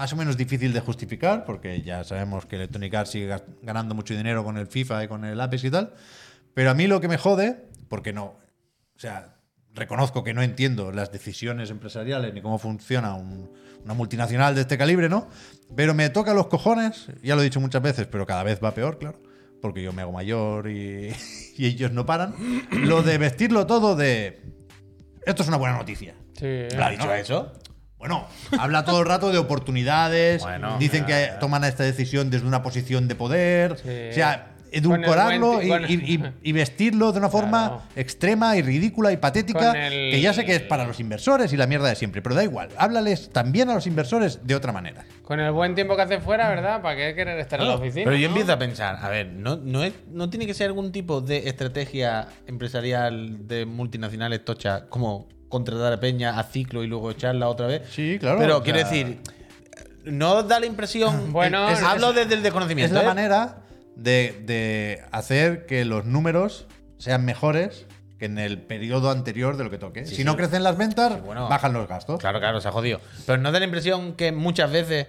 más o menos difícil de justificar, porque ya sabemos que Electronic Arts sigue gas- ganando mucho dinero con el FIFA y con el Apex y tal. Pero a mí lo que me jode, porque no, o sea, reconozco que no entiendo las decisiones empresariales ni cómo funciona un- una multinacional de este calibre, ¿no? Pero me toca los cojones, ya lo he dicho muchas veces, pero cada vez va peor, claro, porque yo me hago mayor y, y ellos no paran. Lo de vestirlo todo de... Esto es una buena noticia. Sí. ¿Ha dicho eso? Bueno, habla todo el rato de oportunidades, Bueno, dicen que ya, ya. toman esta decisión desde una posición de poder, Sí. o sea, edulcorarlo Con el y, buen ti- y- y- y vestirlo de una forma Claro. extrema y ridícula y patética, Con el- que ya sé que es para los inversores y la mierda de siempre, pero da igual, háblales también a los inversores de otra manera. Con el buen tiempo que hace fuera, ¿verdad? ¿Para qué querer estar en la oficina? Pero yo no? empiezo a pensar, a ver, ¿no, no, es, ¿no tiene que ser algún tipo de estrategia empresarial de multinacionales tocha como contratar a Peña a ciclo y luego echarla otra vez? Sí, claro, Pero o quiero sea- decir, ¿no os da la impresión? Bueno, es- es- hablo desde el Es desconocimiento. la ¿eh? manera de, de hacer que los números sean mejores que en el periodo anterior de lo que toque. Sí, si sí. no crecen las ventas, Sí, bueno. bajan los gastos. Claro, claro, se ha jodido. Pero ¿no da la impresión que muchas veces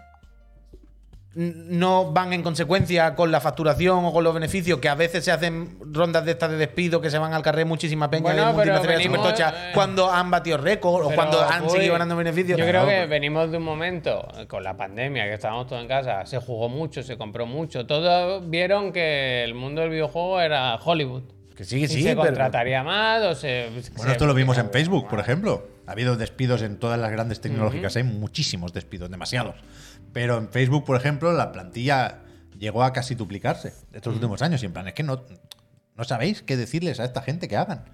n- no van en consecuencia con la facturación o con los beneficios, que a veces se hacen rondas de estas de despido que se van al carrer muchísima peña Bueno, de pero multinacionales venimos, supertochas eh, cuando han batido récord o Pero, cuando han uy, seguido ganando beneficios? Yo creo Claro. que venimos de un momento eh, con la pandemia, que estábamos todos en casa, se jugó mucho, se compró mucho. Todos vieron que el mundo del videojuego era Hollywood. Que sí, que Y sí, se pero- contrataría más o se. Bueno, se- esto lo vimos en Facebook, por ejemplo. Ha habido despidos en todas las grandes tecnológicas. Hay muchísimos despidos, demasiados. Pero en Facebook, por ejemplo, la plantilla llegó a casi duplicarse estos últimos años. Y en plan, es que no, no sabéis qué decirles a esta gente que hagan.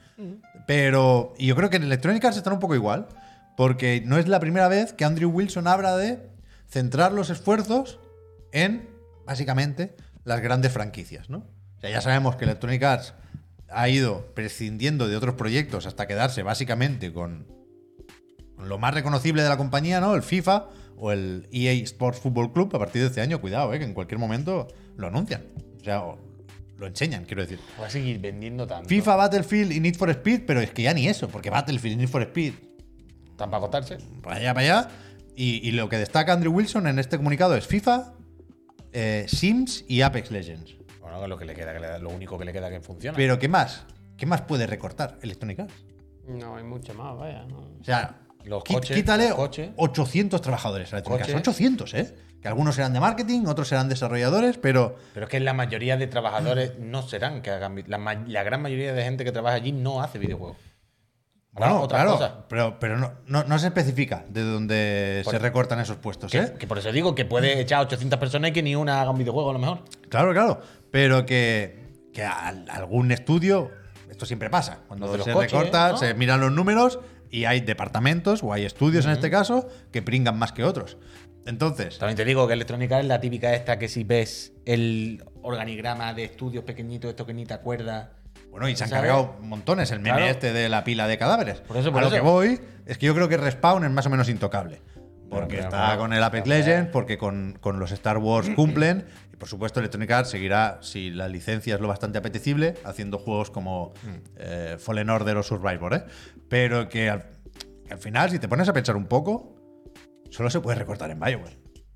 Pero, y yo creo que en Electronic Arts están un poco igual. Porque no es la primera vez que Andrew Wilson habla de centrar los esfuerzos en, básicamente, las grandes franquicias, ¿no? O sea, ya sabemos que Electronic Arts ha ido prescindiendo de otros proyectos hasta quedarse básicamente con, con lo más reconocible de la compañía, ¿no? El FIFA o el E A Sports Football Club. A partir de este año, cuidado, ¿eh? Que en cualquier momento lo anuncian. O sea, o lo enseñan, quiero decir. Va a seguir vendiendo tanto. FIFA, Battlefield y Need for Speed, pero es que ya ni eso, porque Battlefield y Need for Speed, ¿Están para acostarse? para allá, para allá. Y, y lo que destaca Andrew Wilson en este comunicado es FIFA, eh, Sims y Apex Legends. Bueno, lo que le queda, que le da- lo único que le queda que funciona. Pero ¿qué más? ¿Qué más puede recortar Electronic Arts? No, hay mucho más, vaya. no. O sea, Los qui- coches, quítale los coches. ochocientos trabajadores a Electronic Arts. Coches. ochocientos, ¿eh? Que algunos serán de marketing, otros serán desarrolladores, pero Pero es que la mayoría de trabajadores no serán que hagan. vi- La, ma- la gran mayoría de gente que trabaja allí no hace videojuegos. Hará bueno, otras claro, cosas. pero, pero no, no, no se especifica de dónde Por- se recortan esos puestos, Que, ¿eh? que por eso digo que puede echar ochocientas personas y que ni una haga un videojuego a lo mejor. Claro, claro. Pero que, que al- algún estudio, esto siempre pasa, cuando Los de los se coches, recorta, ¿no? se miran los números y hay departamentos o hay estudios en este caso que pringan más que otros. Entonces, También te digo que Electrónica es la típica esta que si ves el organigrama de estudios pequeñitos, esto que ni te acuerdas. bueno, y se han ¿sabes? cargado montones el meme Claro. este de la pila de cadáveres. Por eso, por a lo eso. que voy es que yo creo que Respawn es más o menos intocable. Porque pero, está pero, con el Apex pero, Legends, porque con, con los Star Wars cumplen. Y por supuesto, Electronic Arts seguirá, si la licencia es lo bastante apetecible, haciendo juegos como eh, Fallen Order o Survivor, ¿eh? Pero que al, que al final, si te pones a pensar un poco, solo se puede recortar en Bioware.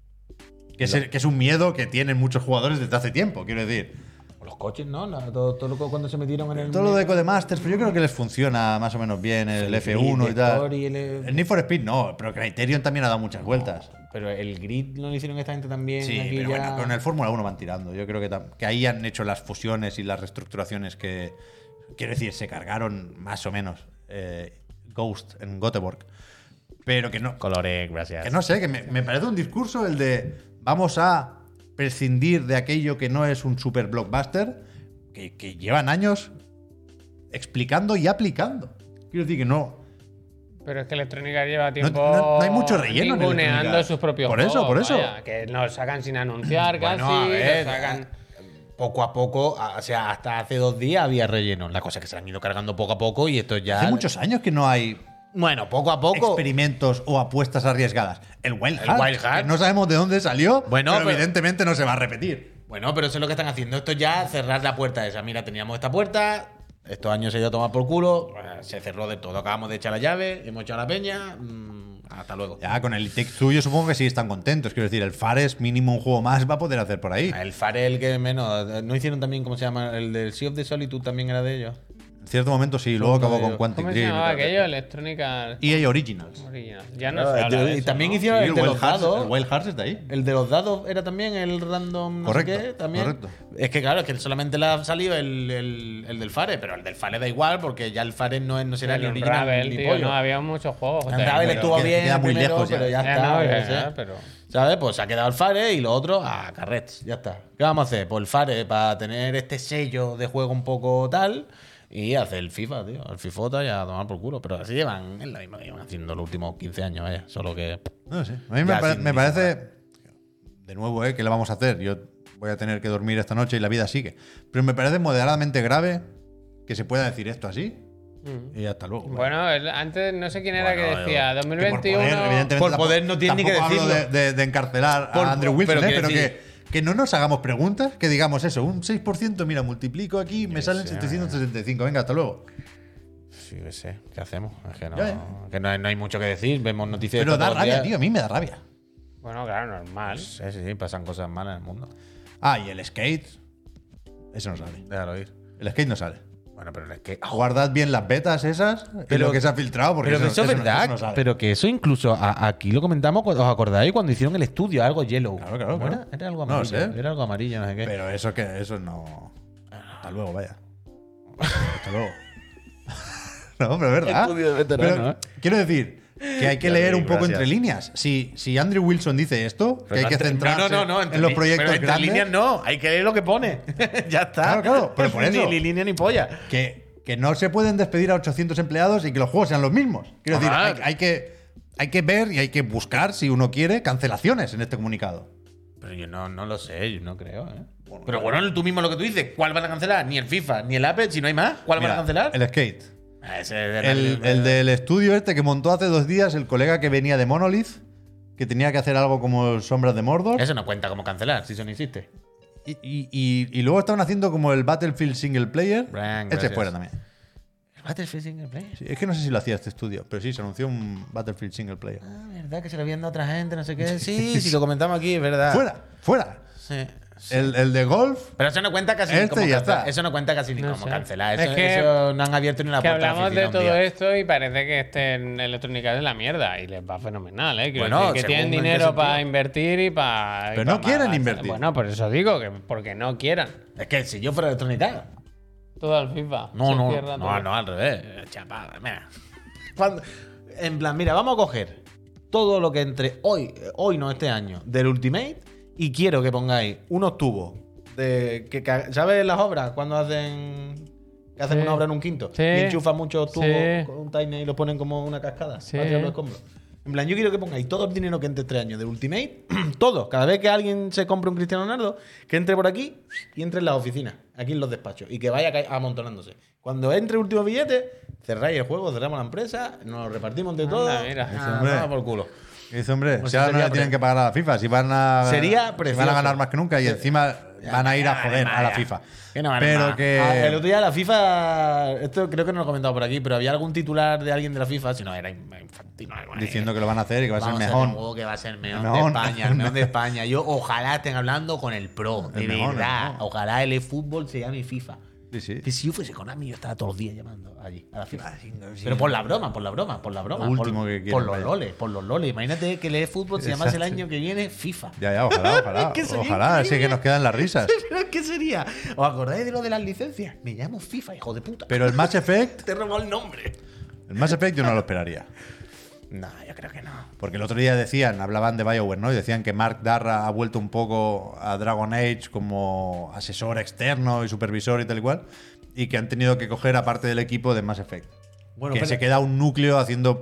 Que es, el- que es un miedo que tienen muchos jugadores desde hace tiempo, quiero decir. O los coches, ¿no? La- todo, todo lo que cuando se metieron en el. Todo lo de Codemasters, pero yo creo que les funciona más o menos bien el F uno y tal. Story, el- El Need for Speed no, pero Criterion también ha dado muchas vueltas. Pero el grid no lo hicieron esta gente también. Sí, aquí pero ya- bueno, pero en el Fórmula uno van tirando. Yo creo que, tam- que ahí han hecho las fusiones y las reestructuraciones que, quiero decir, se cargaron más o menos eh, Ghost en Göteborg. Pero que no, Colores, gracias. que no sé, que me, me parece un discurso el de vamos a prescindir de aquello que no es un super blockbuster, que, que llevan años explicando y aplicando. Quiero decir que no. Pero es que Electrónica lleva tiempo. no- no hay mucho relleno en ninguneando Electrónica. sus propios Por eso, juegos, por eso. vaya, que nos sacan sin anunciar Bueno, casi. a ver, nos sacan. Poco a poco, a- o sea, hasta hace dos días había relleno. La cosa es que se han ido cargando poco a poco y esto ya. Hace muchos años que no hay Bueno, poco a poco. experimentos o apuestas arriesgadas. El Wild El Heart, Wild Heart. que no sabemos de dónde salió, Bueno, pero, pero- evidentemente no se va a repetir. Bueno, pero eso es lo que están haciendo. Esto ya cerrar la puerta esa. Mira, teníamos esta puerta. Estos años se ha ido a tomar por culo. Bueno, se cerró de todo. Acabamos de echar la llave. Hemos echado la peña. mm, hasta luego. Ya, con el Take Two yo supongo que sí están contentos. Quiero decir, el Fares mínimo un juego más va a poder hacer por ahí. El Fare, el que menos. ¿No hicieron también, cómo se llama? El del Sea of the Solitude también era de ellos. En cierto momento sí, luego acabó con ¿Cómo Quantic ¿Cómo se Dream. llamaba aquello? Electrónica E A Originals. Original. Ya no Ah, se habla de y eso, también ¿no? hicieron Sí, el de Wild los Hearts- dados. el Wild Hearts está ahí. El de los dados era también el random. No Correcto, sé qué, también. correcto. Es que claro, es que solamente le ha salido el, el, el del Fare, pero el del Fare da igual porque ya el Fare no, es, no será El ni original Unravel, ni tío, pollo. no, había muchos juegos. El Unravel pero- estuvo queda- bien, queda muy primero, lejos ya. pero ya, Ya está. no, yo ya, qué sé. ya, pero... ¿Sabes? Pues se ha quedado el Fare y lo otro a Carrets. Ya está. ¿Qué vamos a hacer? Pues el Fare para tener este sello de juego un poco tal y hacer el FIFA, tío. El FIFOTA ya a tomar por culo. Pero así llevan, es lo mismo que llevan haciendo los últimos quince años, vaya. Solo que. No sé. A mí me, Ya, pare- sin me ni parece. De nuevo, ¿eh? ¿Qué le vamos a hacer? Yo voy a tener que dormir esta noche y la vida sigue. Pero me parece moderadamente grave que se pueda decir esto así. Mm. Y hasta luego. Bueno, el- antes no sé quién era Bueno, que decía Que por poder, dos mil veintiuno. evidentemente, Por tampoco- poder no tiene ni que tampoco hablo decirlo. De, de- de encarcelar Por- a Andrew Wilson, pero ¿eh? quiero pero decir- que, que no nos hagamos preguntas, que digamos eso, un seis por ciento, mira, multiplico aquí, me salen sé, setecientos sesenta y cinco. Venga, hasta luego. Sí, que sé. ¿Qué hacemos? Es que no, Ya, ya. que no, hay, no hay mucho que decir. Vemos noticias Pero de da todos los rabia, días. tío. A mí me da rabia. Bueno, claro, normal. Sí, sí, sí, pasan cosas malas en el mundo. Ah, y el skate. Eso no sale. Déjalo ir. El skate no sale. Bueno, pero es que. Guardad bien las betas esas y Pero- lo que se ha filtrado, porque Pero que eso, eso es eso no- verdad. eso no sale. pero que eso incluso a- aquí lo comentamos, cu- ¿os acordáis cuando hicieron el estudio? Algo yellow. Claro, claro, ¿Cómo claro. Era? Era algo No lo amarillo. sé. Era algo amarillo, no sé qué. Pero eso que eso no. Hasta luego, vaya. Hasta luego. No, pero es verdad. Estudio de veterano, Pero ¿eh? quiero decir que hay que Ya leer ves, un poco gracias. entre líneas. Si, si Andrew Wilson dice esto, que Pero hay que entre- centrarse no, no, no, entre en los li- proyectos pero entre grandes. líneas no, hay que leer lo que pone. Ya está. Claro, claro, pero por eso. Ni, ni línea ni polla. Que, que no se pueden despedir a ochocientos empleados y que los juegos sean los mismos. Quiero decir, Ah. hay, hay que, hay que ver y hay que buscar, si uno quiere, cancelaciones en este comunicado. Pero yo no, no lo sé, yo no creo, ¿eh? Pero bueno, tú mismo lo que tú dices, ¿cuál van a cancelar? Ni el FIFA, ni el Apex, si no hay más, ¿cuál van Mira, a cancelar? El skate. Ah, ese es de El, la- el del estudio este que montó hace dos días el colega que venía de Monolith, que tenía que hacer algo como Sombras de Mordor. Eso no cuenta como cancelar, si eso no existe. Y, y- y- y luego estaban haciendo como el Battlefield single player. Brian, Ese gracias. fuera también. Battlefield Single Player. Sí, es que no sé si lo hacía este estudio, pero sí, se anunció un Battlefield single player. Ah, verdad que se lo habían dado a otra gente, no sé qué. Sí, si lo comentamos aquí, es verdad. ¡Fuera! ¡Fuera! Sí. El, el de golf. Pero eso no cuenta casi Este ni como ya cancelar. está. Eso no cuenta casi ni No como sé. cancelar. Es Eso, que- eso no han abierto ni la Que puerta a la hablamos oficina de un todo día. esto y parece que este en Electronic Arts es la mierda y les va fenomenal, ¿eh? Quiero Bueno, decir que según tienen en qué dinero sentido. para invertir y para. Pero no quieren invertir. Bueno, por eso digo que porque no quieran. Es que si yo fuera electrónica. Todo al FIFA. No, Se no, cierra no, todo. no, al revés. Chapada, mira. Cuando- en plan, mira, vamos a coger todo lo que entre hoy, hoy no este año, del Ultimate y quiero que pongáis unos tubos de que ca- ¿sabes las obras cuando hacen que hacen Sí. una obra en un quinto? Sí. Y enchufan muchos tubos Sí. con un tiny y los ponen como una cascada Sí. para tirar los escombros. En plan, yo quiero que pongáis todo el dinero que entre este año del Ultimate, todo, cada vez que alguien se compre un Cristiano Ronaldo, que entre por aquí y entre en las oficinas, aquí en los despachos, y que vaya ca- amontonándose. Cuando entre el último billete, cerráis el juego, cerramos la empresa, nos lo repartimos entre Anda, todos. mira. Ah, hombre. toma por culo. Dice, hombre, Pues si ahora no sería le tienen pre- que pagar a la FIFA, si van a, Sería si van precioso. a ganar más que nunca y encima van a ir a joder a la FIFA. Que no ganan Pero más. que. Ah, el otro día la FIFA, esto creo que no lo he comentado por aquí, pero había algún titular de alguien de la FIFA, si no era infantil, no, no, Diciendo que lo van a hacer y que va a ser Vamos mejor. hacer un juego que va a ser el mejor, mejor. de España, el mejor de España. Yo ojalá estén hablando con el pro, de El mejor, el verdad. mejor. Ojalá el eFootball se llame FIFA. Sí, sí. Que si yo fuese Konami, yo estaba todos los días llamando allí, a la FIFA. Ah, sí, Pero por la broma, por la broma, por la broma. Lo último por, que quieren, por los vaya. loles, por los loles. Imagínate que el eFootball se llamase el Exacto. año que viene FIFA. Ya, ya, ojalá, ojalá. Que sería Ojalá, así increíble. que nos quedan las risas. ¿Pero qué sería? ¿Os acordáis de lo de las licencias? Me llamo FIFA, hijo de puta. Pero el Mass Effect, Te he robado el nombre. el Mass Effect yo no lo esperaría. No, yo creo que no. Porque el otro día decían, hablaban de BioWare, ¿no? Y decían que Mark Darra ha vuelto un poco a Dragon Age como asesor externo y supervisor y tal y cual. Y que han tenido que coger a parte del equipo de Mass Effect. Bueno, que pero- se queda un núcleo haciendo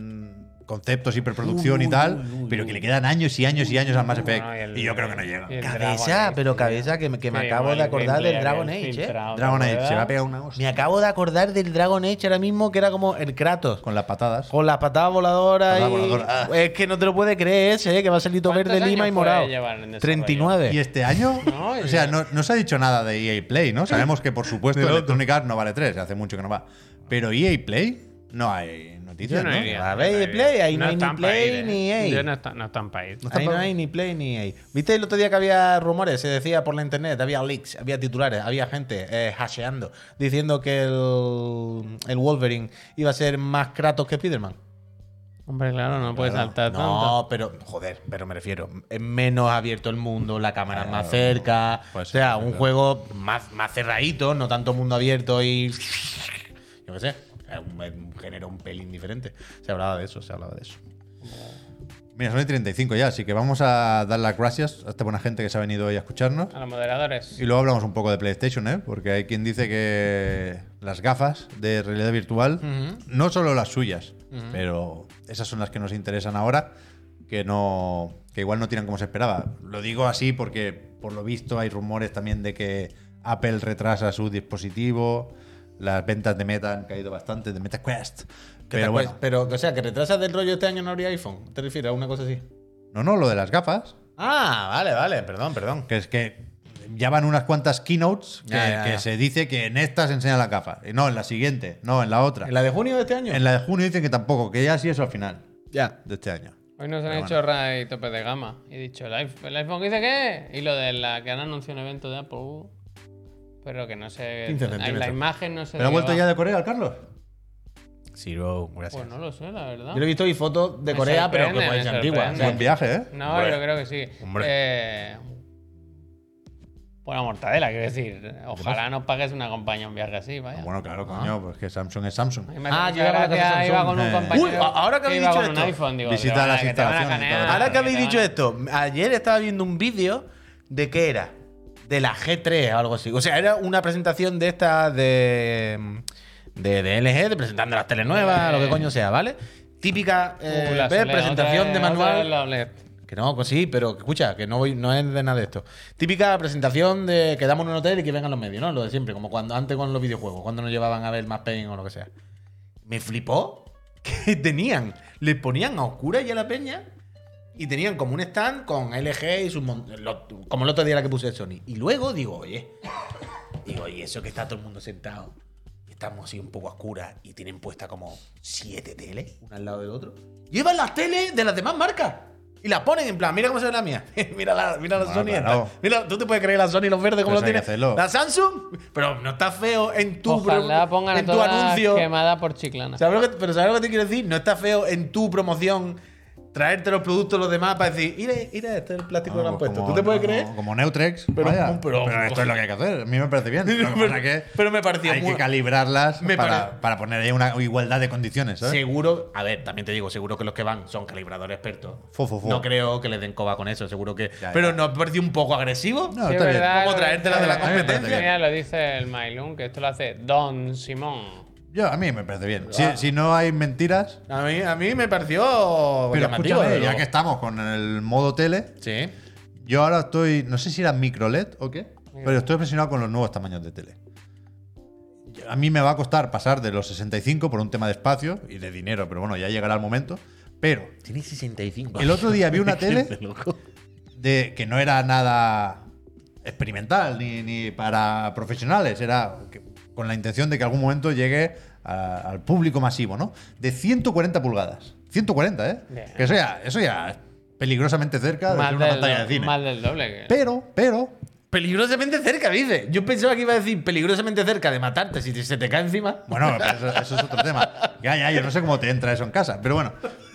mm, conceptos y preproducción Uy, y tal, uy, uy, pero uy. que le quedan años y años y años al Mass Effect. Bueno, y el- y yo creo que no llega. y el Dragon Cabeza, Age, pero tío. cabeza, que me, que me Sí, acabo igual de el acordar gameplay del Dragon había Age, ¿eh? filtrado, Dragon ¿te Age, se va a acuerdas? pegar una hostia. Me acabo de acordar del Dragon Age ahora mismo, que era como el Kratos. Con las patadas. Con las patadas voladoras Patada y... voladora, ah. Es que no te lo puedes creer ese, ¿eh? Que va a salir todo ¿Cuántos verde, lima y años puede morado. llevar en desarrollo? treinta y nueve. ¿Y este año? No, o sea, no, no se ha dicho nada de E A Play, ¿no? Sabemos que, por supuesto, Del otro. Electronic Arts no vale tres, hace mucho que no va. Pero E A Play no hay noticias noticias, Yo no ¿no? iría. A ver, Play, ahí no hay ni están pa' Play ir, ¿eh? ni E A. Yo no están, no están para ir. Ahí no hay ni Play ni E A. ¿Viste el otro día que había rumores? Se decía por la internet, había leaks, había titulares, había gente eh, hasheando, diciendo que el, el Wolverine iba a ser más Kratos que Spider-Man. Hombre, claro, no puedes saltar tanto. No, pero, joder, pero me refiero, es menos abierto el mundo, la cámara es más cerca, Pues o sea, sí, un claro. juego más, más cerradito, no tanto mundo abierto y... Yo qué sé, es un, es un género un pelín diferente. Se hablaba de eso, se hablaba de eso. Mira, son y treinta y cinco ya, así que vamos a dar las gracias a esta buena gente que se ha venido hoy a escucharnos. A los moderadores. Y luego hablamos un poco de PlayStation, ¿eh? Porque hay quien dice que las gafas de realidad virtual, no solo las suyas, pero esas son las que nos interesan ahora, que no que igual no tiran como se esperaba. Lo digo así porque, por lo visto, hay rumores también de que Apple retrasa su dispositivo, las ventas de Meta han caído bastante, de Meta Quest. Pero, Pero bueno, pero, o sea, que retrasas del rollo este año no habría iPhone. ¿Te refieres a una cosa así? no, no, lo de las gafas, Ah, vale, vale, perdón, perdón. que es que ya van unas cuantas keynotes que, Ya, ya, ya. que se dice que en esta se enseña la gafa. Y no, en la siguiente, no, en la otra. ¿En la de junio de este año? En la de junio dicen que tampoco, que ya sí eso al final Ya. de este año. Hoy nos han Pero hecho ray tope de gama. Y he dicho, ¿el iPhone, ¿el iPhone dice qué? Y lo de la que han anunciado un evento de Apple. Pero que no sé. quince ahí centímetros. la imagen no sé. ¿Pero ha de vuelto qué ya va. de Corea el Carlos? Zero, gracias. Pues no lo sé, la verdad. Yo le he visto hoy fotos de Me Corea, pero que sorprende, puede ser me antigua. O sorprende. sea, Buen viaje, ¿eh? No, Hombre. yo creo que sí. Hombre. Eh, buena mortadela, quiero decir. Ojalá nos pagues una compañía un viaje así, vaya. Bueno, claro, coño, pues que Samsung es Samsung. A mí me Ah, hace yo iba mucha con la gracia, casa iba Samsung. con un Eh. compañero Uy, ahora que habéis iba dicho con un esto, iPhone, digo, visita te van a- las que te van a instalaciones y canear, todo. Ahora que te habéis van a- dicho esto, ayer estaba viendo un vídeo de qué era, de la G tres o algo así. O sea, era una presentación de esta de, de, de L G, de presentando las teles nuevas, lo que coño sea, ¿vale? Típica eh, Uh, la ¿ves? Soleil, presentación otra- de otra manual. vez la O L E D. Que no, pues sí, pero que escucha, que no voy, no es de nada de esto. Típica presentación de que damos en un hotel y que vengan los medios, ¿no? Lo de siempre, como cuando antes con los videojuegos, cuando nos llevaban a ver más Pain o lo que sea. Me flipó que tenían, les ponían a oscuras y a la peña y tenían como un stand con L G y sus mon- lo- como el otro día la que puse Sony. Y luego digo, oye, digo, oye, eso que está todo el mundo sentado. Estamos así un poco a oscuras y tienen puesta como siete teles, una al lado del otro. Llevan las teles de las demás marcas. Y las ponen en plan, mira cómo se ve la mía. mira la, mira la Bueno, Sony claro. esta. Mira, tú te puedes creer la Sony los verdes como Pues lo hay que tiene. hacerlo. La Samsung, pero no está feo en tu, Ojalá pro- pongan en a tu todas anuncio. quemada por Chiclana. ¿Sabes lo que, pero ¿sabes lo que te quiero decir? No está feo en tu promoción traerte los productos los demás para decir, mira, mira, este es el plástico que le han pues puesto. como- ¿Tú te puedes como- creer? Como Neutrex. Pero- vaya. pero- Pero, esto es lo que hay que hacer. A mí me parece bien. Lo que Pero- pasa que pero me pareció hay muy- que calibrarlas Me para, pare- para poner ahí una igualdad de condiciones, ¿sabes? Seguro, a ver, también te digo, seguro que los que van son calibradores expertos. Fu, fu, fu. No creo que les den coba con eso, seguro que. Ya, pero ya. ¿no os pareció un poco agresivo? No, Sí, está es bien. verdad, ¿Cómo lo traértela dice- de la A mí me parece competencia? bien. Mira, lo dice el Mailun, que esto lo hace Don Simón. Yo, a mí me parece bien. Si, si no hay mentiras. A mí, a mí me pareció Pero llamativo. escúchame, desde ya luego. que estamos con el modo tele, Sí. yo ahora estoy. No sé si era micro L E D o qué, pero estoy obsesionado con los nuevos tamaños de tele. A mí me va a costar pasar de los sesenta y cinco por un tema de espacio y de dinero, pero bueno, ya llegará el momento. Pero Tiene sesenta y cinco. el otro día vi una tele Qué loco. de que no era nada experimental ni, ni para profesionales, era que- con la intención de que algún momento llegue a- al público masivo, ¿no? De ciento cuarenta pulgadas. ciento cuarenta, ¿eh? Bien. Que eso ya, eso ya es peligrosamente cerca de Más ser una del, pantalla de cine. más del doble. Que... Pero, pero, Peligrosamente cerca, dice. Yo pensaba que iba a decir peligrosamente cerca de matarte si te- se te cae encima. bueno, eso, eso es otro tema. Ya, ya, yo no sé cómo te entra eso en casa, pero bueno.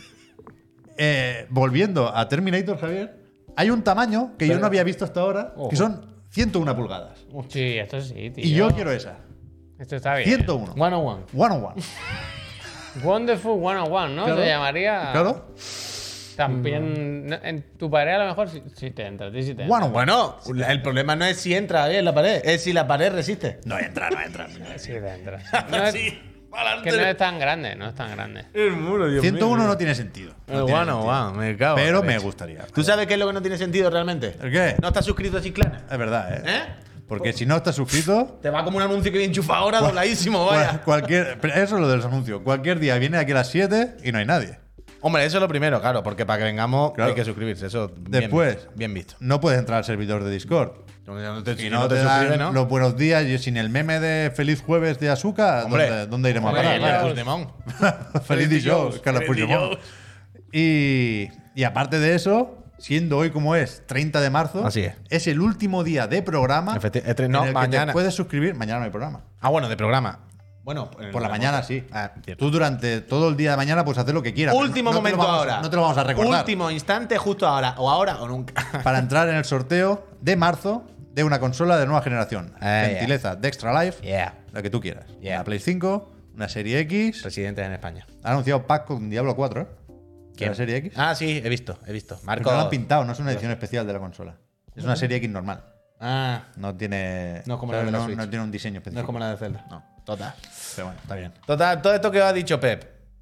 Eh, volviendo a Terminator, Javier, hay un tamaño que yo Pero- no había visto hasta ahora, Ojo. que son ciento una pulgadas. Sí, esto sí, tío. Y yo quiero esa. Esto está bien. ciento uno. One on one. One on one. Wonderful one on one, ¿no? Claro. Se llamaría. Claro. También. no, En tu pared a lo mejor sí, sí te entra. a ti sí te entra. One on one. Bueno, el problema no es si entra bien la pared, es si la pared resiste. No entra, no entra. Sí te entra. No es- que no es tan grande, no es tan grande. El muro, Dios ciento uno mío. no tiene sentido. No El tiene one on sentido. one, me cago. en Pero la me leche. gustaría. ¿Tú sabes qué es lo que no tiene sentido realmente? ¿El qué? No estás suscrito a Chiclana. Es verdad, ¿eh? ¿Eh? Porque si no estás suscrito, Te va como un anuncio que viene enchufado ahora, dobladísimo, cual- vaya. cualquier, pero eso es lo de los anuncios. Cualquier día viene aquí a las siete y no hay nadie. Hombre, eso es lo primero, claro, porque para que vengamos Claro. hay que suscribirse. Eso bien Después, visto, bien visto. no puedes entrar al servidor de Discord. No te, Si si no, no te, te dan suscribes, ¿no? los buenos días y sin el meme de feliz jueves de Asuka, Hombre. ¿dónde, dónde iremos Hombre, a el parar? Puigdemont. Feliz dijous, Carlos Puigdemont. Y, y aparte de eso, siendo hoy como es, treinta de marzo, Así es. el último día de programa Efecti- eh, en no, el que mañana. te puedes suscribir. Mañana no hay programa. Ah, bueno, de programa. Bueno, Por la mañana sí. Ah, cierto. Tú durante todo el día de mañana puedes hacer lo que quieras. pero Último no te lo momento vamos- ahora. No te lo vamos a recordar. Último instante, justo ahora. O ahora o nunca. Para entrar en el sorteo de marzo de una consola de nueva generación. Ah, yeah. Gentileza de Extra Life, Yeah. la que tú quieras. Yeah. Una Play cinco, una Serie X. Residentes en España. Han anunciado pack con Diablo cuatro, ¿eh? De ¿Quién? la Serie X. Ah, sí, he visto, he visto. Pero Marco. no lo han pintado, no es una edición especial de la consola. Es una Serie X normal. Ah, No tiene. No es como ¿sabes? la de la no, Switch. no tiene un diseño especial. no es como la de Zelda. No. Total. Pero bueno, está bien. Total, todo esto que os ha dicho Pep,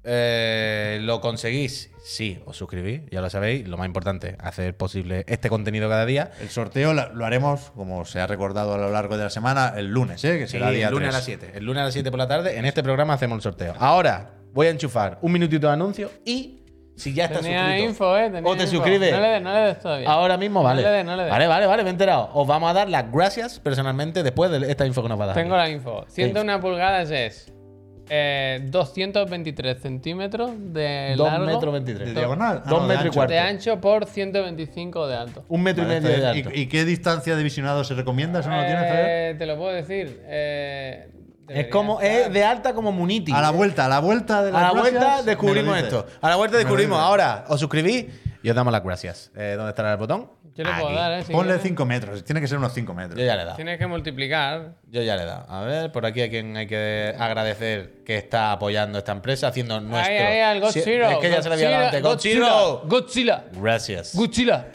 eh, ¿lo conseguís? Sí, os suscribís, ya lo sabéis. Lo más importante, hacer posible este contenido cada día. El sorteo la- lo haremos, como se ha recordado a lo largo de la semana, el lunes, ¿eh? Que Sí, será día el lunes tres. a las siete. El lunes a las siete por la tarde, en este programa hacemos el sorteo. Ahora voy a enchufar un minutito de anuncio y si ya estás Tenía suscrito info, eh. Tenía o te info. suscribes No le des, no le des todavía. ahora mismo, vale. No le des, no le des. Vale, vale, vale, me he enterado. Os vamos a dar las gracias personalmente después de esta info que nos va a dar. Tengo la info. ciento uno pulgadas es eh, doscientos veintitrés centímetros de dos largo. metros veintitrés. ¿De diagonal? Ah, Dos no, de metros y ancho. cuarto. De ancho por ciento veinticinco de alto. Un metro Vale, y medio de está alto. bien. ¿Y, y qué distancia de visionado se recomienda? ¿Eso no lo tienes, Javier? Eh, te lo puedo decir. Eh, Es debería como, estar. es de alta como Muniti. A la vuelta, a la vuelta de A las la gracias, vuelta me descubrimos lo dices. esto. A la vuelta Me lo descubrimos. dices. Ahora os suscribís y os damos las gracias. Eh, ¿Dónde estará el botón? Yo le puedo Aquí. dar, eh. si Ponle quieres. cinco metros, tiene que ser unos cinco metros. Yo ya le he dado. Tienes que multiplicar. Yo ya le he dado. A ver, por aquí a quien hay que agradecer que está apoyando esta empresa, haciendo nuestro. Ahí, ahí, al Sí, Godzilla. Es que ya se le había dado antes. Godzilla. Godzilla. Gracias. Godzilla.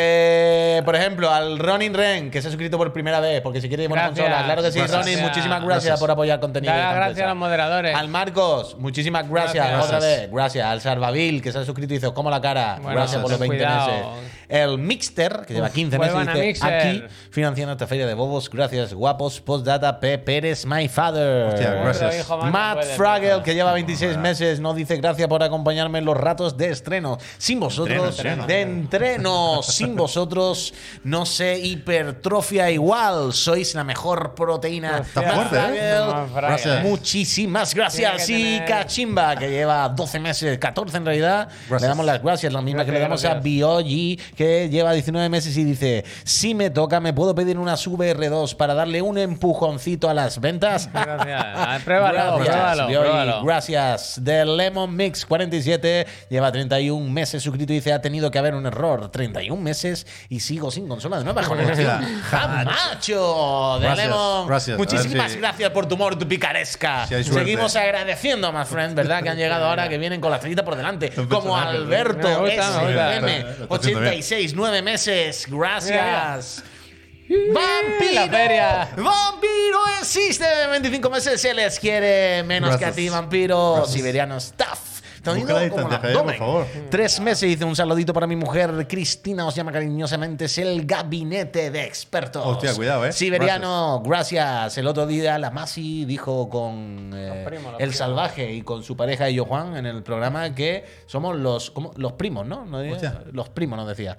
Eh, por ejemplo, al Ronin Ren, que se ha suscrito por primera vez, porque si quiere una Gracias. consola. Claro que sí, Gracias. Ronin, muchísimas gracias, Gracias. por apoyar el contenido. Dar de las esta gracias a empresa. los moderadores. Al Marcos, muchísimas gracias, Gracias. otra vez. Gracias. Al Sarvavil, que se ha suscrito y dice, como la cara. Bueno, gracias por los ten veinte cuidado. meses. El Mixter, que lleva Uf, quince fue meses, buena dice, Mixer. aquí financiando esta feria de bobos. Gracias, guapos. Postdata P. Pérez, my father. Hostia, gracias. Otro hijo más no Matt puede, Fraggle, pero- que lleva veintiséis meses, nos dice gracias por acompañarme en los ratos de estreno. Sin vosotros, Entreno, de entreno, sin vosotros, no sé, hipertrofia igual. Sois la mejor proteína. Está Matt fuerte, ¿eh? Fraggle, No, Fraggle. Gracias. muchísimas gracias. Tiene que Y tener- Cachimba, que lleva doce meses, catorce en realidad. Gracias. Le damos las gracias, la misma que le damos Gracias, a Biogi, que lleva diecinueve meses y dice: si me toca, ¿me puedo pedir unas V R dos para darle un empujoncito a las ventas? Gracias. Ah, Pruébalo, Gracias, pruébalo, Biogi, pruébalo. gracias. The Lemon Mix cuarenta y siete lleva treinta y un meses suscrito y dice: ha tenido que haber un error. treinta y un meses y sigo sin consola de nueva generación. ¡Jamacho! The Gracias, Lemon. gracias. Muchísimas A ver si- gracias por tu humor, tu picaresca. Si hay suerte. Seguimos agradeciendo a más friends, ¿verdad? Que han llegado ahora, que vienen con la estrellita por delante. Como personaje, Alberto Me gusta, me gusta. S M, Lo está haciendo ochenta y seis, nueve meses. Gracias. ¡Vampiro! La feria. ¡Vampiro existe! veinticinco meses se les quiere menos Gracias. que a ti, vampiro. Gracias. Siberiano Staff. Te han Busca ido la como distancia, el Javier, por abdomen. favor. Tres meses dice un saludito para mi mujer Cristina, os llama cariñosamente, es el gabinete de expertos. Hostia, cuidado, eh. Siberiano, gracias. El otro día la Masi dijo con eh, Los primos, los el primos. salvaje y con su pareja y yo Juan en el programa que somos los, ¿cómo? Los primos, ¿no? ¿No decía? Hostia. Los primos nos decía.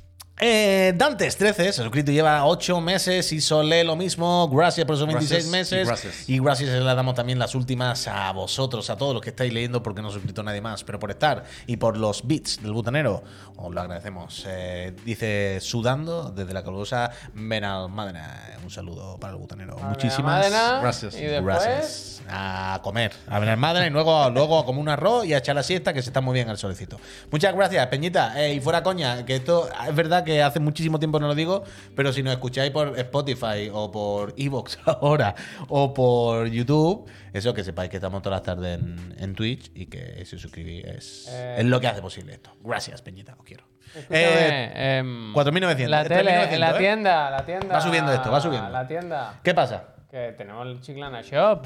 Eh, Dantes trece, se ha suscrito, lleva ocho meses y Solé lo mismo. Gracias por esos veintiséis Gracias y meses. gracias. Y gracias le damos también las últimas a vosotros, a todos los que estáis leyendo, porque no ha suscrito nadie más, pero por estar y por los bits del butanero, os lo agradecemos. Eh, dice sudando desde la calurosa Benalmádena. Un saludo para el butanero. Muchísimas Almádena, gracias. Y después. gracias. A comer, a Benalmádena y luego, luego a comer un arroz y a echar la siesta, que se está muy bien el solecito. Muchas gracias, Peñita. Eh, y fuera coña, que esto es verdad que hace muchísimo tiempo no lo digo, pero si nos escucháis por Spotify o por Evox ahora o por YouTube, eso que sepáis que estamos todas las tardes en, en Twitch y que si os suscribís es, Eh. es lo que hace posible esto. Gracias, Peñita, os quiero. Escúchame, Eh, em, cuatro mil novecientos. La tres mil tele, novecientos, la ¿eh? tienda, la tienda. Va subiendo esto, va subiendo. La tienda. ¿Qué pasa? Que tenemos el Chiclana Shop.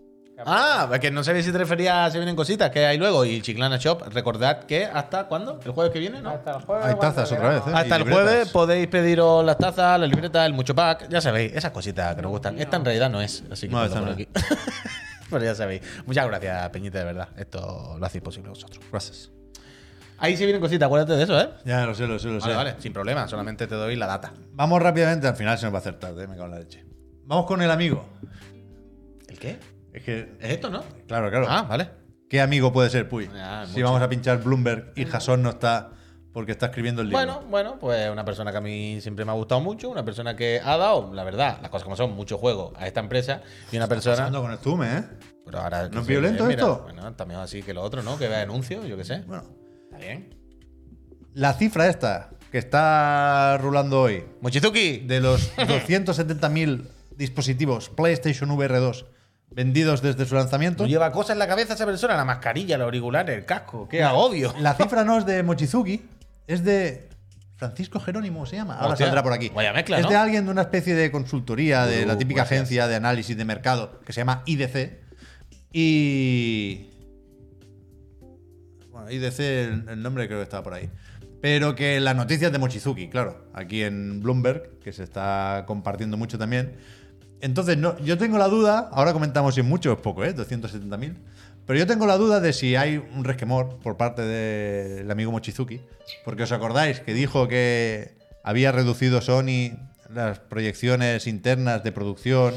Ah, es que no sabía si te referías a se vienen cositas que hay luego. Y Chiclana Shop, recordad que ¿hasta cuándo? ¿El jueves que viene? ¿No? Hasta el jueves. Hay cuando tazas otra queramos. vez, ¿eh? Hasta Y el libretas. jueves podéis pediros las tazas, las libretas, el mucho pack. Ya sabéis, esas cositas que nos gustan. Esta en realidad no es, así que No, ponlo esta por no aquí. Pero ya sabéis. Muchas gracias, Peñita, de verdad. Esto lo hacéis posible vosotros. Gracias. Ahí sí vienen cositas, acuérdate de eso, ¿eh? Ya lo sé, lo sé, lo sé. Vale, vale, sin problema, solamente te doy la data. Vamos rápidamente, al final se nos va a hacer tarde, ¿eh? Me cago en la leche. Vamos con el amigo. ¿El qué? Es que, ¿Es esto, no? claro, claro. Ah, vale. ¿Qué amigo puede ser, Puy? Ah, si mucho. vamos a pinchar Bloomberg y Jason no está porque está escribiendo el libro. Bueno, bueno, pues una persona que a mí siempre me ha gustado mucho, una persona que ha dado, la verdad, las cosas como son, mucho juego a esta empresa y una persona. Pasando con el zoom, ¿eh? Pero ahora, ¿No que es se- violento mira, esto? Bueno, está mejor así que lo otro, ¿no? Que vea anuncios, yo qué sé. Bueno, Está bien. la cifra esta que está rulando hoy Mochizuki. de los doscientos setenta mil dispositivos PlayStation V R dos vendidos desde su lanzamiento. No lleva cosas en la cabeza esa persona, la mascarilla, los auriculares, el casco. ¡Qué agobio! La cifra no es de Mochizuki, es de Francisco Jerónimo, se llama. Ahora Hostia, saldrá por aquí. vaya mezcla, es ¿no? de alguien de una especie de consultoría, de Uh, la típica gracias. agencia de análisis de mercado que se llama I D C. Y. Bueno, I D C, el, el nombre creo que estaba por ahí. Pero que las noticias de Mochizuki, claro, aquí en Bloomberg, que se está compartiendo mucho también. Entonces, no, yo tengo la duda, ahora comentamos si es mucho o es poco, ¿eh? doscientos setenta mil. Pero yo tengo la duda de si hay un resquemor por parte del amigo Mochizuki. Porque os acordáis que dijo que había reducido Sony las proyecciones internas de producción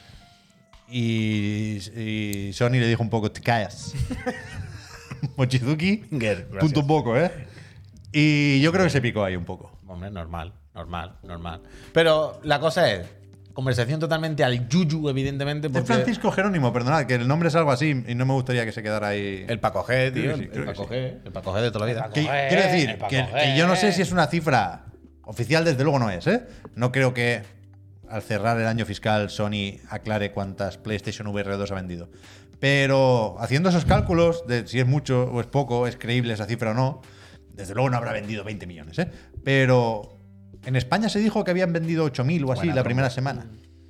y, y Sony le dijo un poco, te callas. Mochizuki, Gracias. punto un poco, ¿eh? Y yo creo que se picó ahí un poco. Hombre, normal, normal, normal. Pero la cosa es, conversación totalmente al yuyu, evidentemente, Es porque Francisco Jerónimo, perdonad, que el nombre es algo así y no me gustaría que se quedara ahí. el Paco G, tío, Creo que sí, el, creo que Paco sí. G, el Paco G de toda la vida. Que- Paco G, quiero decir, el Paco que, G. que yo no sé si es una cifra oficial, desde luego no es, ¿eh? No creo que al cerrar el año fiscal Sony aclare cuántas PlayStation V R dos ha vendido. Pero haciendo esos cálculos de si es mucho o es poco, es creíble esa cifra o no, desde luego no habrá vendido veinte millones, ¿eh? Pero en España se dijo que habían vendido ocho mil o así Buena la trompa. primera semana.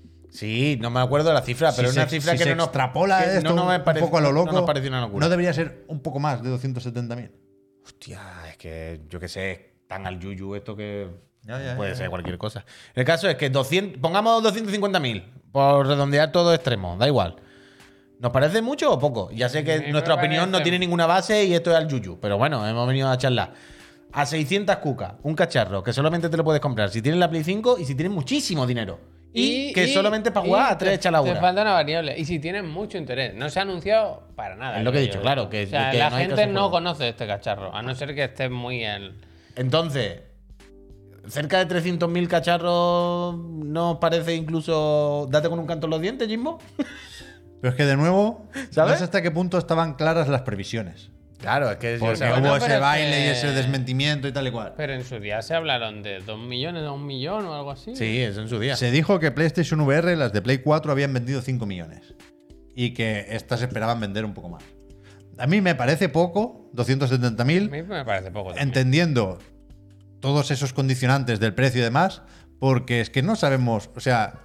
Sí, no me acuerdo de la cifra, pero es Si una se- cifra si que se no nos extrapola que esto no, no me un parece- poco a lo no- loco, No nos pareció una locura. no debería ser un poco más de doscientos setenta mil. Hostia, es que yo que sé, es tan al yuyu esto que Ya, ya, puede ya, ser ya. cualquier cosa. El caso es que doscientos, pongamos doscientos cincuenta mil, por redondear todo extremo, da igual. ¿Nos parece mucho o poco? Ya sé A que mí me nuestra opinión no parece- tiene ninguna base y esto es al yuyu, pero bueno, hemos venido a charlar. A seiscientas cucas, un cacharro que solamente te lo puedes comprar si tienes la Play cinco y si tienes muchísimo dinero. Y, que solamente para jugar y a tres te- echa la Te hora. falta una variable. Y si tienes mucho interés. No se ha anunciado para nada. Es lo que he creo dicho, yo. claro, que- o sea, que la no hay gente caso no juego. conoce este cacharro. A no ser que estés muy en. Entonces, cerca de trescientos mil cacharros, ¿no os parece incluso date con un canto en los dientes, Jimbo? Pero es que de nuevo, ¿Sabes? no sé hasta qué punto estaban claras las previsiones. Claro, es que Porque bueno, hubo pero ese es baile que- y ese desmentimiento y tal y cual. Pero en su día se hablaron de dos millones a un millón o algo así. Sí, eso en su día. Se dijo que PlayStation V R, las de Play cuatro, habían vendido cinco millones. Y que estas esperaban vender un poco más. A mí me parece poco, doscientos setenta A mil, mí me parece poco. también. entendiendo todos esos condicionantes del precio y demás, porque es que no sabemos, o sea,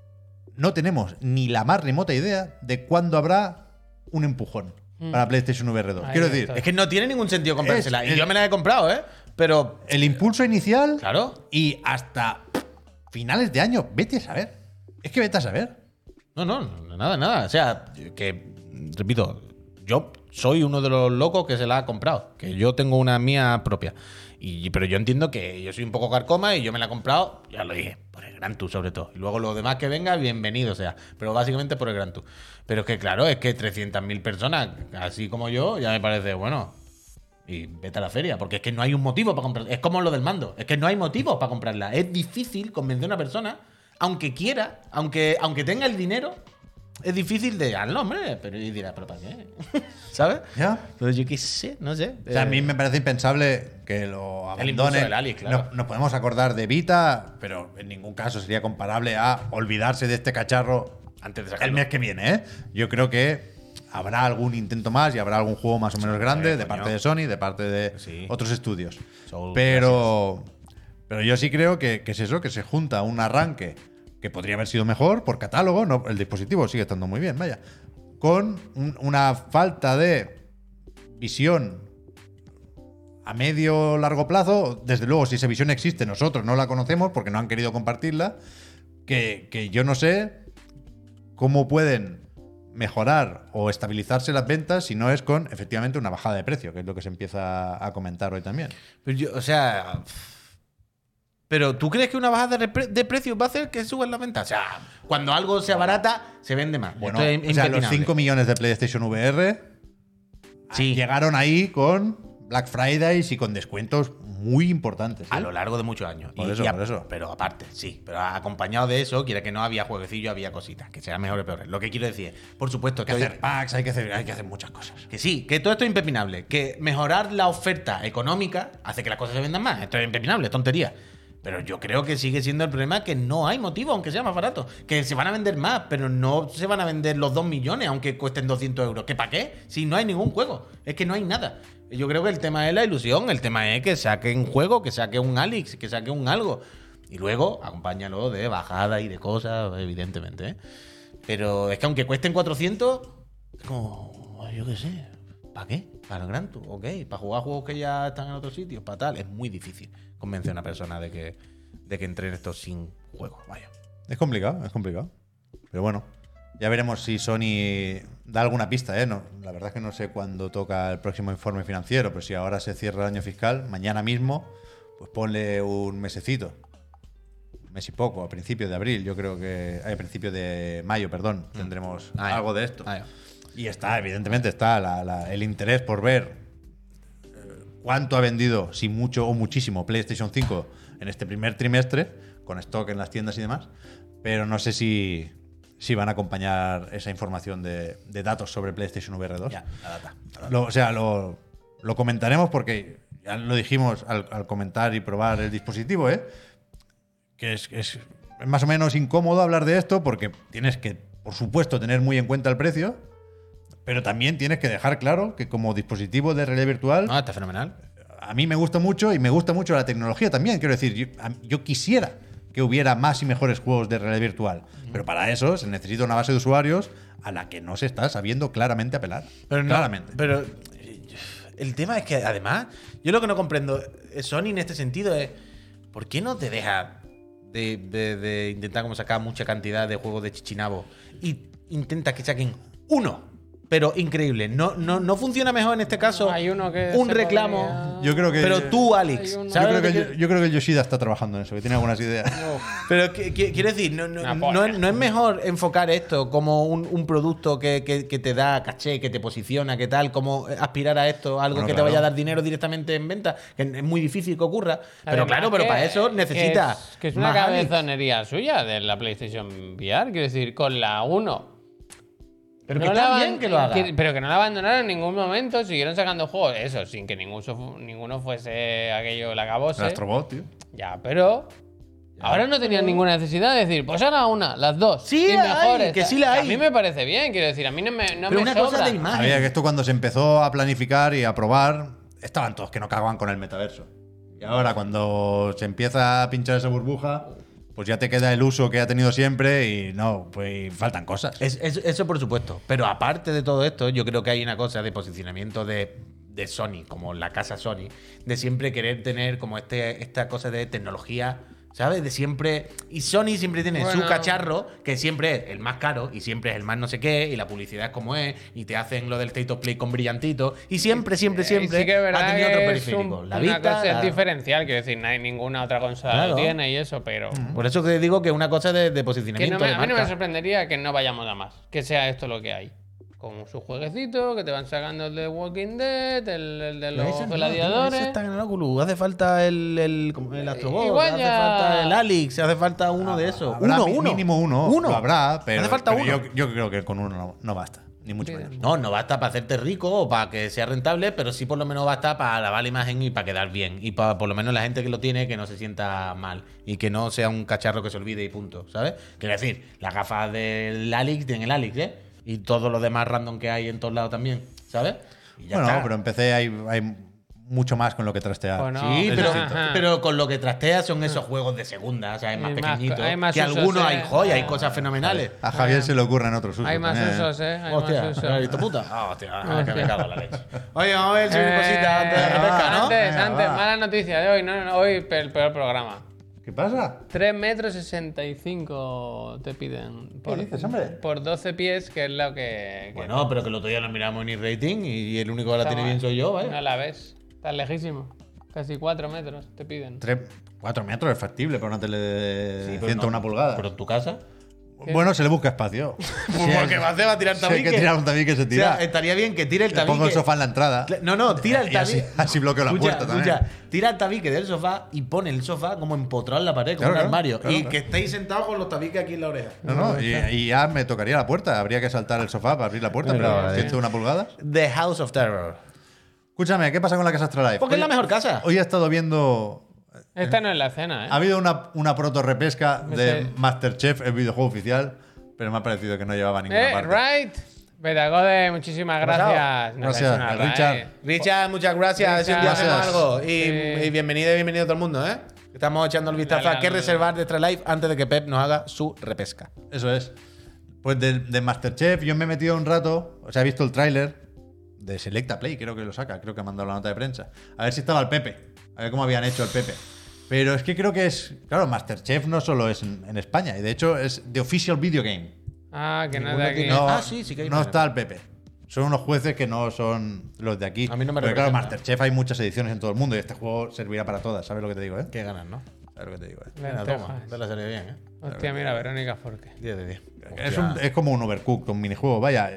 no tenemos ni la más remota idea de cuándo habrá un empujón para PlayStation V R dos. Ahí Quiero está. decir, Es que no tiene ningún sentido comprársela. Es y el- yo me la he comprado, ¿eh? Pero, el impulso inicial claro. y hasta finales de año, vete a saber. Es que vete a saber. No, no, no, nada, nada. O sea, que, repito, yo soy uno de los locos que se la ha comprado. Que yo tengo una mía propia. Y, pero yo entiendo que yo soy un poco carcoma y yo me la he comprado, ya lo dije, por el Gran Tour sobre todo. Y luego lo demás que venga, bienvenido sea. Pero básicamente por el Gran Tour. Pero es que claro, es que trescientas mil personas, así como yo, ya me parece, bueno, y vete a la feria. Porque es que no hay un motivo para comprarla. Es como lo del mando. Es que no hay motivos para comprarla. Es difícil convencer a una persona, aunque quiera, aunque, aunque tenga el dinero, es difícil de, hazlo, hombre. Pero y dirá, ¿pero para qué? ¿Sabes? ¿Ya? Pero yo qué sé, no sé. O sea, a mí Eh, me parece impensable que lo El impulso abandone. del Alex, claro. No- nos podemos acordar de Vita, pero en ningún caso sería comparable a olvidarse de este cacharro antes de el sacarlo. mes que viene, ¿eh? Yo creo que habrá algún intento más y habrá algún juego más o menos grande joder, de coño. parte de Sony, de parte de Sí. otros estudios. Soul, Pero, pero yo sí creo que, que es eso, que se junta un arranque que podría haber sido mejor por catálogo, no, el dispositivo sigue estando muy bien, vaya, con un- una falta de visión a medio largo plazo. Desde luego, si esa visión existe, nosotros no la conocemos porque no han querido compartirla, que, que yo no sé cómo pueden mejorar o estabilizarse las ventas, si no es con efectivamente una bajada de precio, que es lo que se empieza a comentar hoy también. Pero yo, o sea. Pero ¿tú crees que una bajada de, pre de precios va a hacer que suban las ventas? O sea, cuando algo se abarata, se vende más. Bueno, Esto es o sea, los impepinable. cinco millones de PlayStation V R Sí. llegaron ahí con Black Fridays y con descuentos muy importantes. ¿eh? A lo largo de muchos años. Por Y- eso, y a- por eso. Pero aparte, sí. Pero acompañado de eso, quiera que no había jueguecillos, había cositas. Que sean mejores o peores. Lo que quiero decir es, por supuesto, Hay que que, hoy- hacer packs, hay que hacer, hay que hacer muchas cosas. que sí, que todo esto es impepinable. Que mejorar la oferta económica hace que las cosas se vendan más. Esto es impepinable, es tontería. Pero yo creo que sigue siendo el problema que no hay motivo, aunque sea más barato. Que se van a vender más, pero no se van a vender los dos millones, aunque cuesten doscientos euros. ¿Que para qué? Si no hay ningún juego. Es que no hay nada. Yo creo que el tema es la ilusión. El tema es que saquen juego, que saquen un Alex, que saquen un algo. Y luego acompáñalo de bajada y de cosas, evidentemente. ¿eh? Pero es que aunque cuesten cuatrocientos, es como, yo qué sé, ¿para qué? Para el Gran Tour, ok. Para jugar juegos que ya están en otros sitios, para tal. Es muy difícil convencer a una persona de que, de que entre en esto sin juego. Vaya. Es complicado, es complicado. Pero bueno, ya veremos si Sony da alguna pista, ¿eh? No, la verdad es que no sé cuándo toca el próximo informe financiero, pero si ahora se cierra el año fiscal, mañana mismo, pues ponle un mesecito. Un mes y poco, a principios de abril, yo creo que. A principios de mayo, perdón, tendremos Ah, ya. algo de esto. Ah, ya. Y está, evidentemente, está la- la- el interés por ver eh, cuánto ha vendido, si mucho o muchísimo, PlayStation cinco en este primer trimestre, con stock en las tiendas y demás. Pero no sé si, si van a acompañar esa información de, de datos sobre PlayStation V R dos. Ya, la data. la data. Lo- o sea, lo, lo comentaremos porque ya lo dijimos al, al comentar y probar el dispositivo, ¿eh? Que es, es más o menos incómodo hablar de esto porque tienes que, por supuesto, tener muy en cuenta el precio, pero también tienes que dejar claro que como dispositivo de realidad virtual, No, está fenomenal. a mí me gusta mucho y me gusta mucho la tecnología también. Quiero decir, yo, a- yo quisiera que hubiera más y mejores juegos de realidad virtual, pero para eso se necesita una base de usuarios a la que no se está sabiendo claramente apelar. Pero no, claramente. Pero eh, el tema es que, además, yo lo que no comprendo, eh, Sony en este sentido es, ¿por qué no te deja de, de- de intentar como sacar mucha cantidad de juegos de chichinabo y intenta que saquen uno? Pero increíble. No, no, no funciona mejor en este caso Hay uno que un se reclamo. podría- Yo creo que Pero tú, Alex, Hay uno- Yo ¿sabes creo, lo que, que yo, quiero- yo creo que el Yoshida está trabajando en eso, que tiene algunas ideas. Pero que- que- quiero decir, no, no, Una no, polla. es- no es mejor enfocar esto como un, un producto que, que- que te da caché, que te posiciona, que tal, como aspirar a esto, algo Bueno, que claro. te vaya a dar dinero directamente en venta, que es muy difícil que ocurra. Pero Además claro, pero que- para eso que necesitas. es- Que es una más Alex. cabezonería suya de la PlayStation V R. Quiero decir, con la uno. Pero que No está la bien aban- que lo haga. que- pero que no la abandonaron en ningún momento. Siguieron sacando juegos. Eso, sin que ninguno, fu- ninguno fuese aquello la El acabose. Astrobot, tío. Ya, pero. Ahora no tenían ninguna necesidad de decir, pues haga una, las dos. Sí y la hay, mejores. que sí la A hay. mí me parece bien, quiero decir, a mí no me, no Pero me una sobra. cosa de imagen. Sabía que esto cuando se empezó a planificar y a probar, estaban todos que no cagaban con el metaverso. Y ahora cuando se empieza a pinchar esa burbuja, pues ya te queda el uso que ha tenido siempre y no, pues faltan cosas. Es- es- eso por supuesto. Pero aparte de todo esto, yo creo que hay una cosa de posicionamiento de, de Sony, como la casa Sony, de siempre querer tener como este, esta cosa de tecnología, ¿sabes? De siempre. Y Sony siempre tiene su Bueno. cacharro, que siempre es el más caro y siempre es el más no sé qué, y la publicidad es como es, y te hacen lo del State of Play con brillantito. Y siempre, siempre, Eh, siempre sí que es verdad ha tenido que otro es periférico. un- La una vista. cosa es la- diferencial, quiero decir, no hay ninguna otra consola que Claro. lo tiene y eso, pero. Por eso te digo que es una cosa de, de Que posicionamiento. no me- de a mí no me marca. sorprendería que no vayamos a más. Que sea esto lo que hay. Con su jueguecito, que te van sacando el de Walking Dead, el, el de los Ese no, tío, gladiadores. ese está en el Oculus. Hace falta el, el, como el Astrobot, Igual hace ya- falta el Alex, hace falta uno de esos. Habrá Uno, mi- uno. Mínimo uno, Uno. lo habrá, pero, Hace falta pero uno. Yo, yo creo que con uno no, no basta, ni mucho Sí. menos. No, no basta para hacerte rico o para que sea rentable, pero sí por lo menos basta para lavar la imagen y para quedar bien. Y para por lo menos la gente que lo tiene que no se sienta mal. Y que no sea un cacharro que se olvide y punto, ¿sabes? Quiero decir, las gafas del Alex tienen el Alex, ¿eh? Y todos los demás random que hay en todos lados también, ¿sabes? Y ya Bueno, está. pero en P C hay, hay mucho más con lo que trastear. Bueno, Sí, es pero, distinto. pero con lo que trastea son esos juegos de segunda, o sea, es más Hay más- pequeñito. hay más que usos, algunos eh. hay joyas, hay cosas fenomenales. A Javier se le ocurren otros usos. Hay más también, ¿eh? usos, ¿eh? Hay Hostia, más ¿has visto usos. puta? Ah, hostia, ah, Hostia. que me cago en la leche. Oye, vamos a ver si hay Eh, cositas antes de repesca, ¿no? Antes, Venga, antes, va. mala noticia de hoy, no, no, no, hoy el peor programa. ¿Qué pasa? tres metros sesenta y cinco te piden. Por, dices, hombre? por doce pies, que es lo que. que Bueno, pero que el otro día lo miramos en e-rating y el único que la está tiene mal. bien soy yo, vaya. No la ves. Estás lejísimo. Casi cuatro metros te piden. Tres, cuatro metros es factible para una tele de Sí, pero ciento una no. pulgadas. Pero en tu casa. Bueno, se le busca espacio. Porque va a hacer, va a tirar Si hay tabique. que tirar un tabique, se O tira. sea, estaría bien que tire el Le tabique. pongo el sofá en la entrada. Cla- No, no, tira el Y así- tabique. así bloqueo la Escucha, puerta también. escucha, tira el tabique del sofá y pone el sofá como empotrado en la pared, como Claro, un claro, armario. claro, y claro. que estéis sentados con los tabiques aquí en la oreja. No, no, y, y ya me tocaría la puerta. Habría que saltar el sofá para abrir la puerta, Pero, pero eh. ciento una pulgadas. The House of Terror. Escúchame, ¿qué pasa con la casa Astralife? Porque es la Hoy- mejor casa. Hoy he estado viendo. Esta no es la cena, ¿eh? Ha habido una, una proto repesca de Ese- Masterchef, el videojuego oficial, pero me ha parecido que no llevaba a ninguna Eh, parte. right. Betagode, muchísimas ¿Qué ha pasado? gracias. Nos Gracias, ha hecho una Richard. raid. Richard, muchas gracias. A ver si un día Richard. hacemos algo. Y, Sí. y bienvenido y bienvenido a todo el mundo, ¿eh? Estamos echando el vistazo Dale, a qué dale. reservar de Extra Life antes de que Pep nos haga su repesca. Eso es. Pues de, de Masterchef yo me he metido un rato, o sea, he visto el tráiler de Selecta Play, creo que lo saca, creo que ha mandado la nota de prensa. A ver si estaba el Pepe, a ver cómo habían hecho el Pepe. Pero es que creo que es, claro, Masterchef no solo es en, en España, y de hecho es The Official Video Game. Ah, que no es Ninguno de aquí. tiene- No, Ah, sí, sí que hay no una. está el Pepe. Son unos jueces que no son los de aquí. A mí no me Pero claro, representa. Masterchef hay muchas ediciones en todo el mundo y este juego servirá para todas, ¿sabes lo que te digo, eh? Qué ganas, ¿no? ¿Sabes lo que te digo, eh? Venga, Lentejas. toma. Te la salió bien, ¿eh? Hostia, mira, Verónica Forque. diez de diez. Es, un- es como un Overcooked, un minijuego, vaya.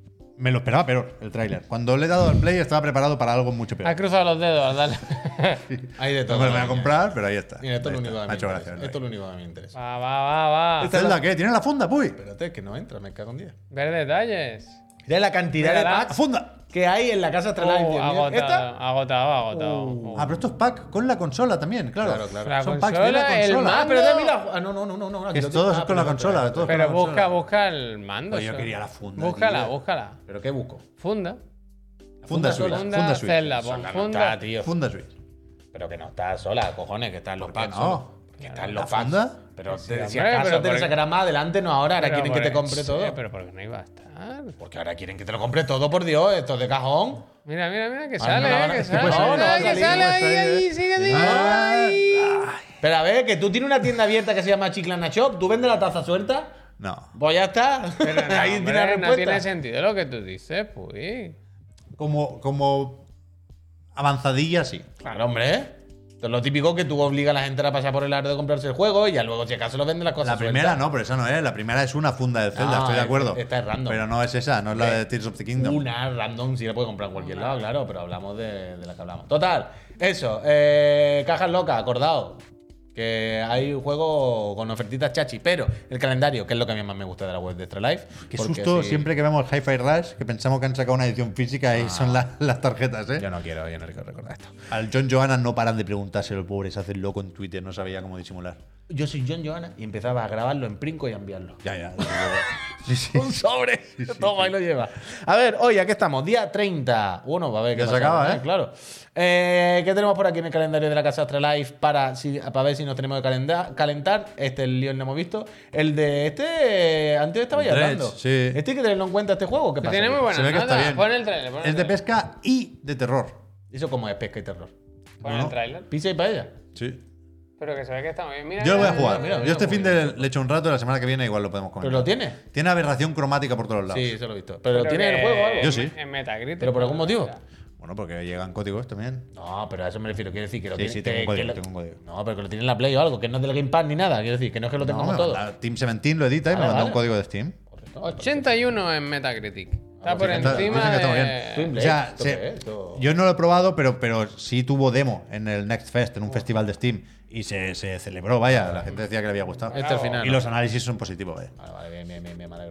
Me lo esperaba peor, el tráiler. Cuando le he dado al play estaba preparado para algo mucho Ha peor. cruzado los dedos, dale. Hay de No todo. me lo voy a comprar, pero ahí está. Mira, esto es Ahí lo único está. que Me ha me hecho interesa. gracia. Esto es lo único que me interesa. Va, va, va, va. Zelda, ¿qué? ¿Tiene la funda, puy? Espérate, que no entra, me cago en diez. Ver detalles. Mira la cantidad Mírala. de ¡La packs funda! que hay en la casa Astralife. Oh, Dios mío. agotado, ¿Esta? agotado, agotado. Uh. Oh. Ah, pero esto es pack con la consola también, claro. Claro, claro. La Son packs de la consola, el consola. Ah, mando. pero también la. Ah, no, no, no, no. no aquí Que es lo todo tengo. es Ah, con la pero consola, espera, todo es espera. Pero con la busca, consola. busca el mando. Pues yo eso. quería la funda. Búscala, tío. búscala. ¿Pero qué busco? Funda. Funda Switch. Funda, Funda Switch. Zelda, pon Sola no funda. está, tío. Funda Switch. Pero que no está sola, cojones, que están los qué packs. no? solo. Que están ¿La los packs. funda? Pero Sí, te- si hombre, acaso pero te lo por- sacarás más adelante, no ahora. Ahora Pero quieren que por- te compre sí, todo. Pero porque no iba a estar. Porque ahora quieren que te lo compre todo, por Dios. Esto es de cajón. Mira, mira, mira, que Ah, sale, no la van a- que es que sale. pues no, no va a que salir, sale no va a ahí, salir. ahí, sigue ahí. Ah, Pero a ver, que tú tienes una tienda abierta que se llama Chiclana Shop. ¿Tú vendes la taza suelta? No. Pues ya está. Pero no, Ahí hombre, tiene la no respuesta. tiene sentido lo que tú dices, pues. Como, como avanzadilla, sí. Claro, hombre. Esto es lo típico que tú obligas a la gente a pasar por el aro de comprarse el juego y ya luego, si acaso, lo venden las cosas La primera sueltas. no, pero esa no es. La primera es una funda de Zelda, Ah, estoy de acuerdo. esta es random. Pero no es esa, no es la Hombre, de Tears of the Kingdom. Una random sí la puedes comprar en cualquier lado, claro, pero hablamos de, de la que hablamos. Total, eso, eh, cajas locas, acordado. Que hay un juego con ofertitas chachi, pero el calendario, que es lo que a mí más me gusta de la web de Extra Life. Qué porque susto si- siempre que vemos Hi-Fi Rush, que pensamos que han sacado una edición física y son la- las tarjetas, ¿eh? Yo no quiero, yo no quiero recordar esto. Al John Johanna no paran de preguntárselo, el pobre, se hace el loco en Twitter, no sabía cómo disimular. Yo soy John Johanna y empezaba a grabarlo en Princo y a enviarlo. Ya, ya. desde luego. Sí, sí. Un sobre. Toma y lo lleva. A ver, hoy, aquí estamos, día treinta. Bueno, va a ver qué Ya se pasa, acaba, ¿eh? Claro. Eh, ¿Qué tenemos por aquí en el calendario de la casa Astralife para, si, para ver si nos tenemos que calenda- calentar? Este, el lío no hemos visto. El de este, eh, antes estaba ya Dredge, hablando. sí. ¿Este hay que tenerlo en cuenta, este juego? ¿Qué Que pasa? tiene muy aquí? buena Se ve que está nota. bien. Pon el trailer. Pon el Es de tráiler. pesca y de terror. ¿Eso cómo es pesca y terror? Pon No, no. el trailer. ¿Pizza y paella? Sí. Pero que se ve que está muy bien. Mira, Yo lo voy a mira, jugar. mira, mira, Yo este muy fin bien. de le echo un rato, la semana que viene igual lo podemos comentar. ¿Pero lo tiene? Tiene aberración cromática por todos lados. Sí, eso lo he visto. ¿Pero, Pero tiene que el juego o algo? Yo sí. En Metacritic. ¿Pero por algún motivo? Bueno, porque llegan códigos también. No, pero a eso me refiero. Quiero decir que lo Sí, tiene. sí, tengo que- un código, que lo- tengo un código. No, pero que lo tiene en la Play o algo, que no es del Game Pass ni nada. Quiero decir, que no es que lo No, tengamos me todo. manda- Team diecisiete lo edita y Vale, me manda vale. un código de Steam. Correcto. ochenta y uno en Metacritic. Está Ah, por sí, está- encima dicen que está muy de... bien. Twin O Blade, sea, ¿esto se- qué es? Esto- yo no lo he probado, pero, pero sí tuvo demo en el Next Fest, en un festival de Steam. Y se, se celebró, vaya. La gente decía que le había gustado. Este al final, Y ¿no? los análisis son positivos, vaya. Vale, vale, bien, bien, bien, bien, me alegro.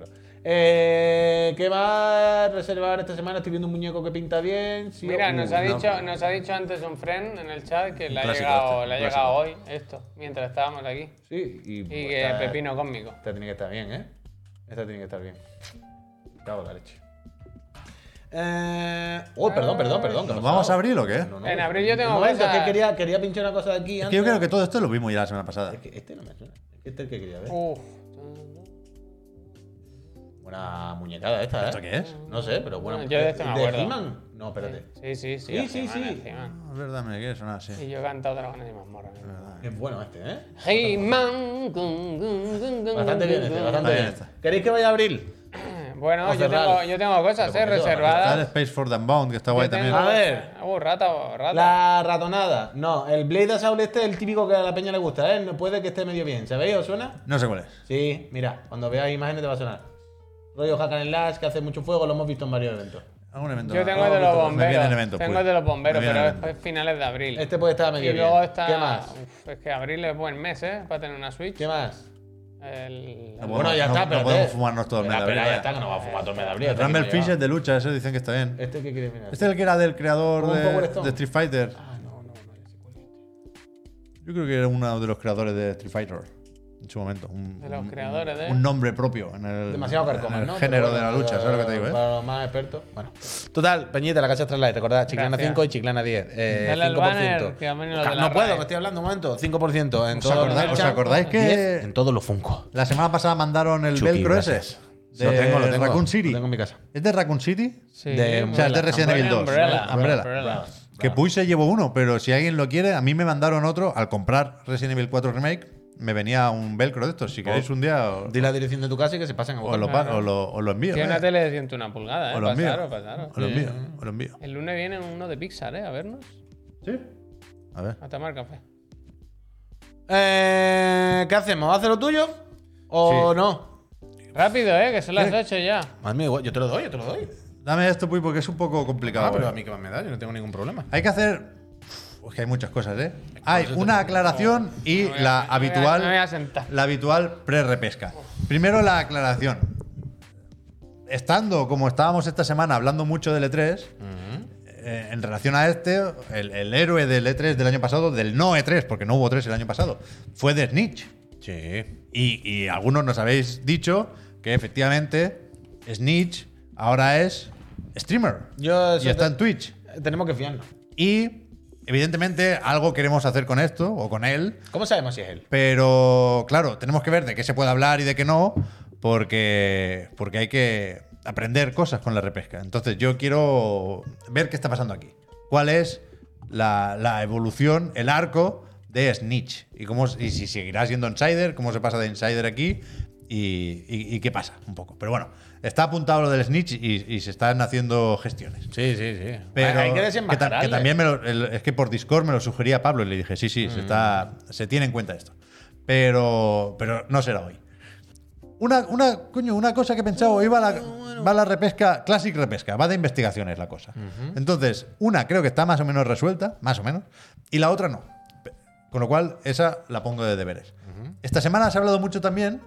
Eh, ¿Qué va a reservar esta semana? Estoy viendo un muñeco que pinta bien. Sí, Mira, uh, nos ha, no. dicho, nos ha dicho antes un friend en el chat que le ha clásico llegado, este, le ha un llegado hoy clásico. esto, mientras estábamos aquí. Sí, y, Y pues, que esta- Pepino conmigo. Esta tiene que estar bien, ¿eh? Esta tiene que estar bien. Cago en la leche. Eh... Oh, perdón, perdón, perdón. ¿qué ha ¿Nos pasado? vamos a abrir o qué? No, no, En abril yo tengo un momento, cosas- es que quería, quería pinchar una cosa de aquí Es antes. que yo creo que todo esto lo vimos ya la semana pasada. Es que este no me suena. Es que este es el que quería ver. Uf. Buena muñecada esta, ¿eh? ¿Esto qué es? No sé, pero bueno. Yo de este me acuerdo. He-Man? No, espérate. Sí, sí, sí. Sí, sí, He-Man, sí. He-Man. Es verdad, me quiere sonar así. Y yo he cantado Dragones y Mazmorra. Es bueno este, ¿eh? He-Man. gun, gun, gun, gun, Bastante bien este, gun, bastante Ahí bien. está. ¿Queréis que vaya a abril? Bueno, O yo cerrar. tengo, yo tengo cosas, Pero eh, ¿por qué te va a Está el reservadas. Space for the Unbound, que está guay Yo también. tengo- A ver. Uh, rata, rata. La ratonada. No, el Blade Assault este es el típico que a la peña le gusta, ¿eh? No puede que esté medio bien. ¿Sabéis? ¿Os suena? No sé cuál es. Sí, mira, cuando veas imágenes te va a sonar. Rollo Hack and Slash, que hace mucho fuego, lo hemos visto en varios eventos. Algún evento. Yo tengo Ah, el de los me bomberos. vienen eventos, tengo pues. el de los bomberos, Me pero vienen es eventos. finales de abril. Este puede estar medio y luego bien. está. ¿Qué más? Uf, es que abril es buen mes, ¿eh? Para tener una Switch. ¿Qué más? El. No, Bueno, ya no- está, no pero. podemos fumarnos todo el mes de Espera, abril, ya vaya. está, que no va a fumar todo el mes de abril. El hasta aquí Rumble hemos Fish es llegado. de lucha, ese dicen que está bien. ¿Este qué quiere mirar? Este es el que era del creador ¿Como un Power de, Stone? de Street Fighter. Ah, no, no, no, ya sé cuál es este. Yo creo que era uno de los creadores de Street Fighter en su momento. Un, De los un- creadores de- Un nombre propio en el, Demasiado carcoma, en el ¿no? género Pero de la bueno, lucha, ¿sabes lo que te digo? Eh? Para los más expertos. Bueno. Total, Peñita, la casa Astralight, te acordás, Chiclana Gracias. cinco y Chiclana diez. Eh, Dale al cinco por ciento. banner, que a mí no lo Ca- de la no puedo, RAE. que estoy hablando un momento. cinco por ciento en ¿Os todos los acordáis, os merchant, acordáis diez que en todos los Funko. la semana pasada mandaron el Chucky, velcro gracias. ese? Lo De tengo, lo tengo. Raccoon City. Lo tengo en mi casa. ¿Es de Raccoon City? Sí, de- O sea, es de Resident Evil dos. Umbrella. Umbrella. Umbrella. Que Puy se llevó uno, pero si alguien lo quiere, a mí me mandaron otro. Al comprar Resident Evil cuatro Remake, me venía un velcro de estos. Si queréis un día, os, Di la dirección de tu casa y que se pasen a os buscar. lo, pa- os lo- os lo envío. Tiene eh. una tele de ciento una pulgadas, ¿eh? Os lo envío. Pasaros, pasaros. Os lo envío. Os lo envío. El lunes viene uno de Pixar, ¿eh? A vernos. ¿Sí? A ver. A tomar café. Eh, ¿Qué hacemos? ¿Hace lo tuyo? ¿O Sí. no? Rápido, ¿eh? Que son las ocho ya. Madre mía, yo te lo doy, yo te lo doy. Dame esto, Puy, porque es un poco complicado. Ah, pero eh. a mí que más me da, yo no tengo ningún problema. Hay que hacer. Uf, que hay muchas cosas, ¿eh? Hay una aclaración y Me voy a- la me voy a- habitual. me voy a sentar. La habitual pre-repesca. Primero la aclaración. Estando como estábamos esta semana hablando mucho del E tres, eh, en relación a este, el, el héroe del E tres del año pasado, del no E tres, porque no hubo tres el año pasado, fue The Snitch. Sí. Y, y algunos nos habéis dicho que efectivamente Snitch ahora es streamer. Yo Y eso está te- en Twitch. Tenemos que fiarnos. Y evidentemente algo queremos hacer con esto o con él, ¿Cómo sabemos si es él? pero claro, tenemos que ver de qué se puede hablar y de qué no, porque, porque hay que aprender cosas con la repesca. Entonces yo quiero ver qué está pasando aquí. ¿Cuál es la, la evolución, el arco de Snitch? Y, cómo, y si seguirá siendo Insider, cómo se pasa de Insider aquí y, y- y qué pasa un poco. Pero bueno, está apuntado lo del Snitch y, y se están haciendo gestiones. Sí, sí, sí. Pero hay que que, ta- desenmascararle. que también me lo- el- es que por Discord me lo sugería Pablo y le dije, sí, sí, se, está, se tiene en cuenta esto. Pero, pero no será hoy. Una, una, coño, una cosa que he pensado, hoy va la, va la repesca, Classic Repesca, va de investigaciones la cosa. Entonces, una creo que está más o menos resuelta, más o menos, y la otra no. Pe- Con lo cual, esa la pongo de deberes. Esta semana se ha hablado mucho también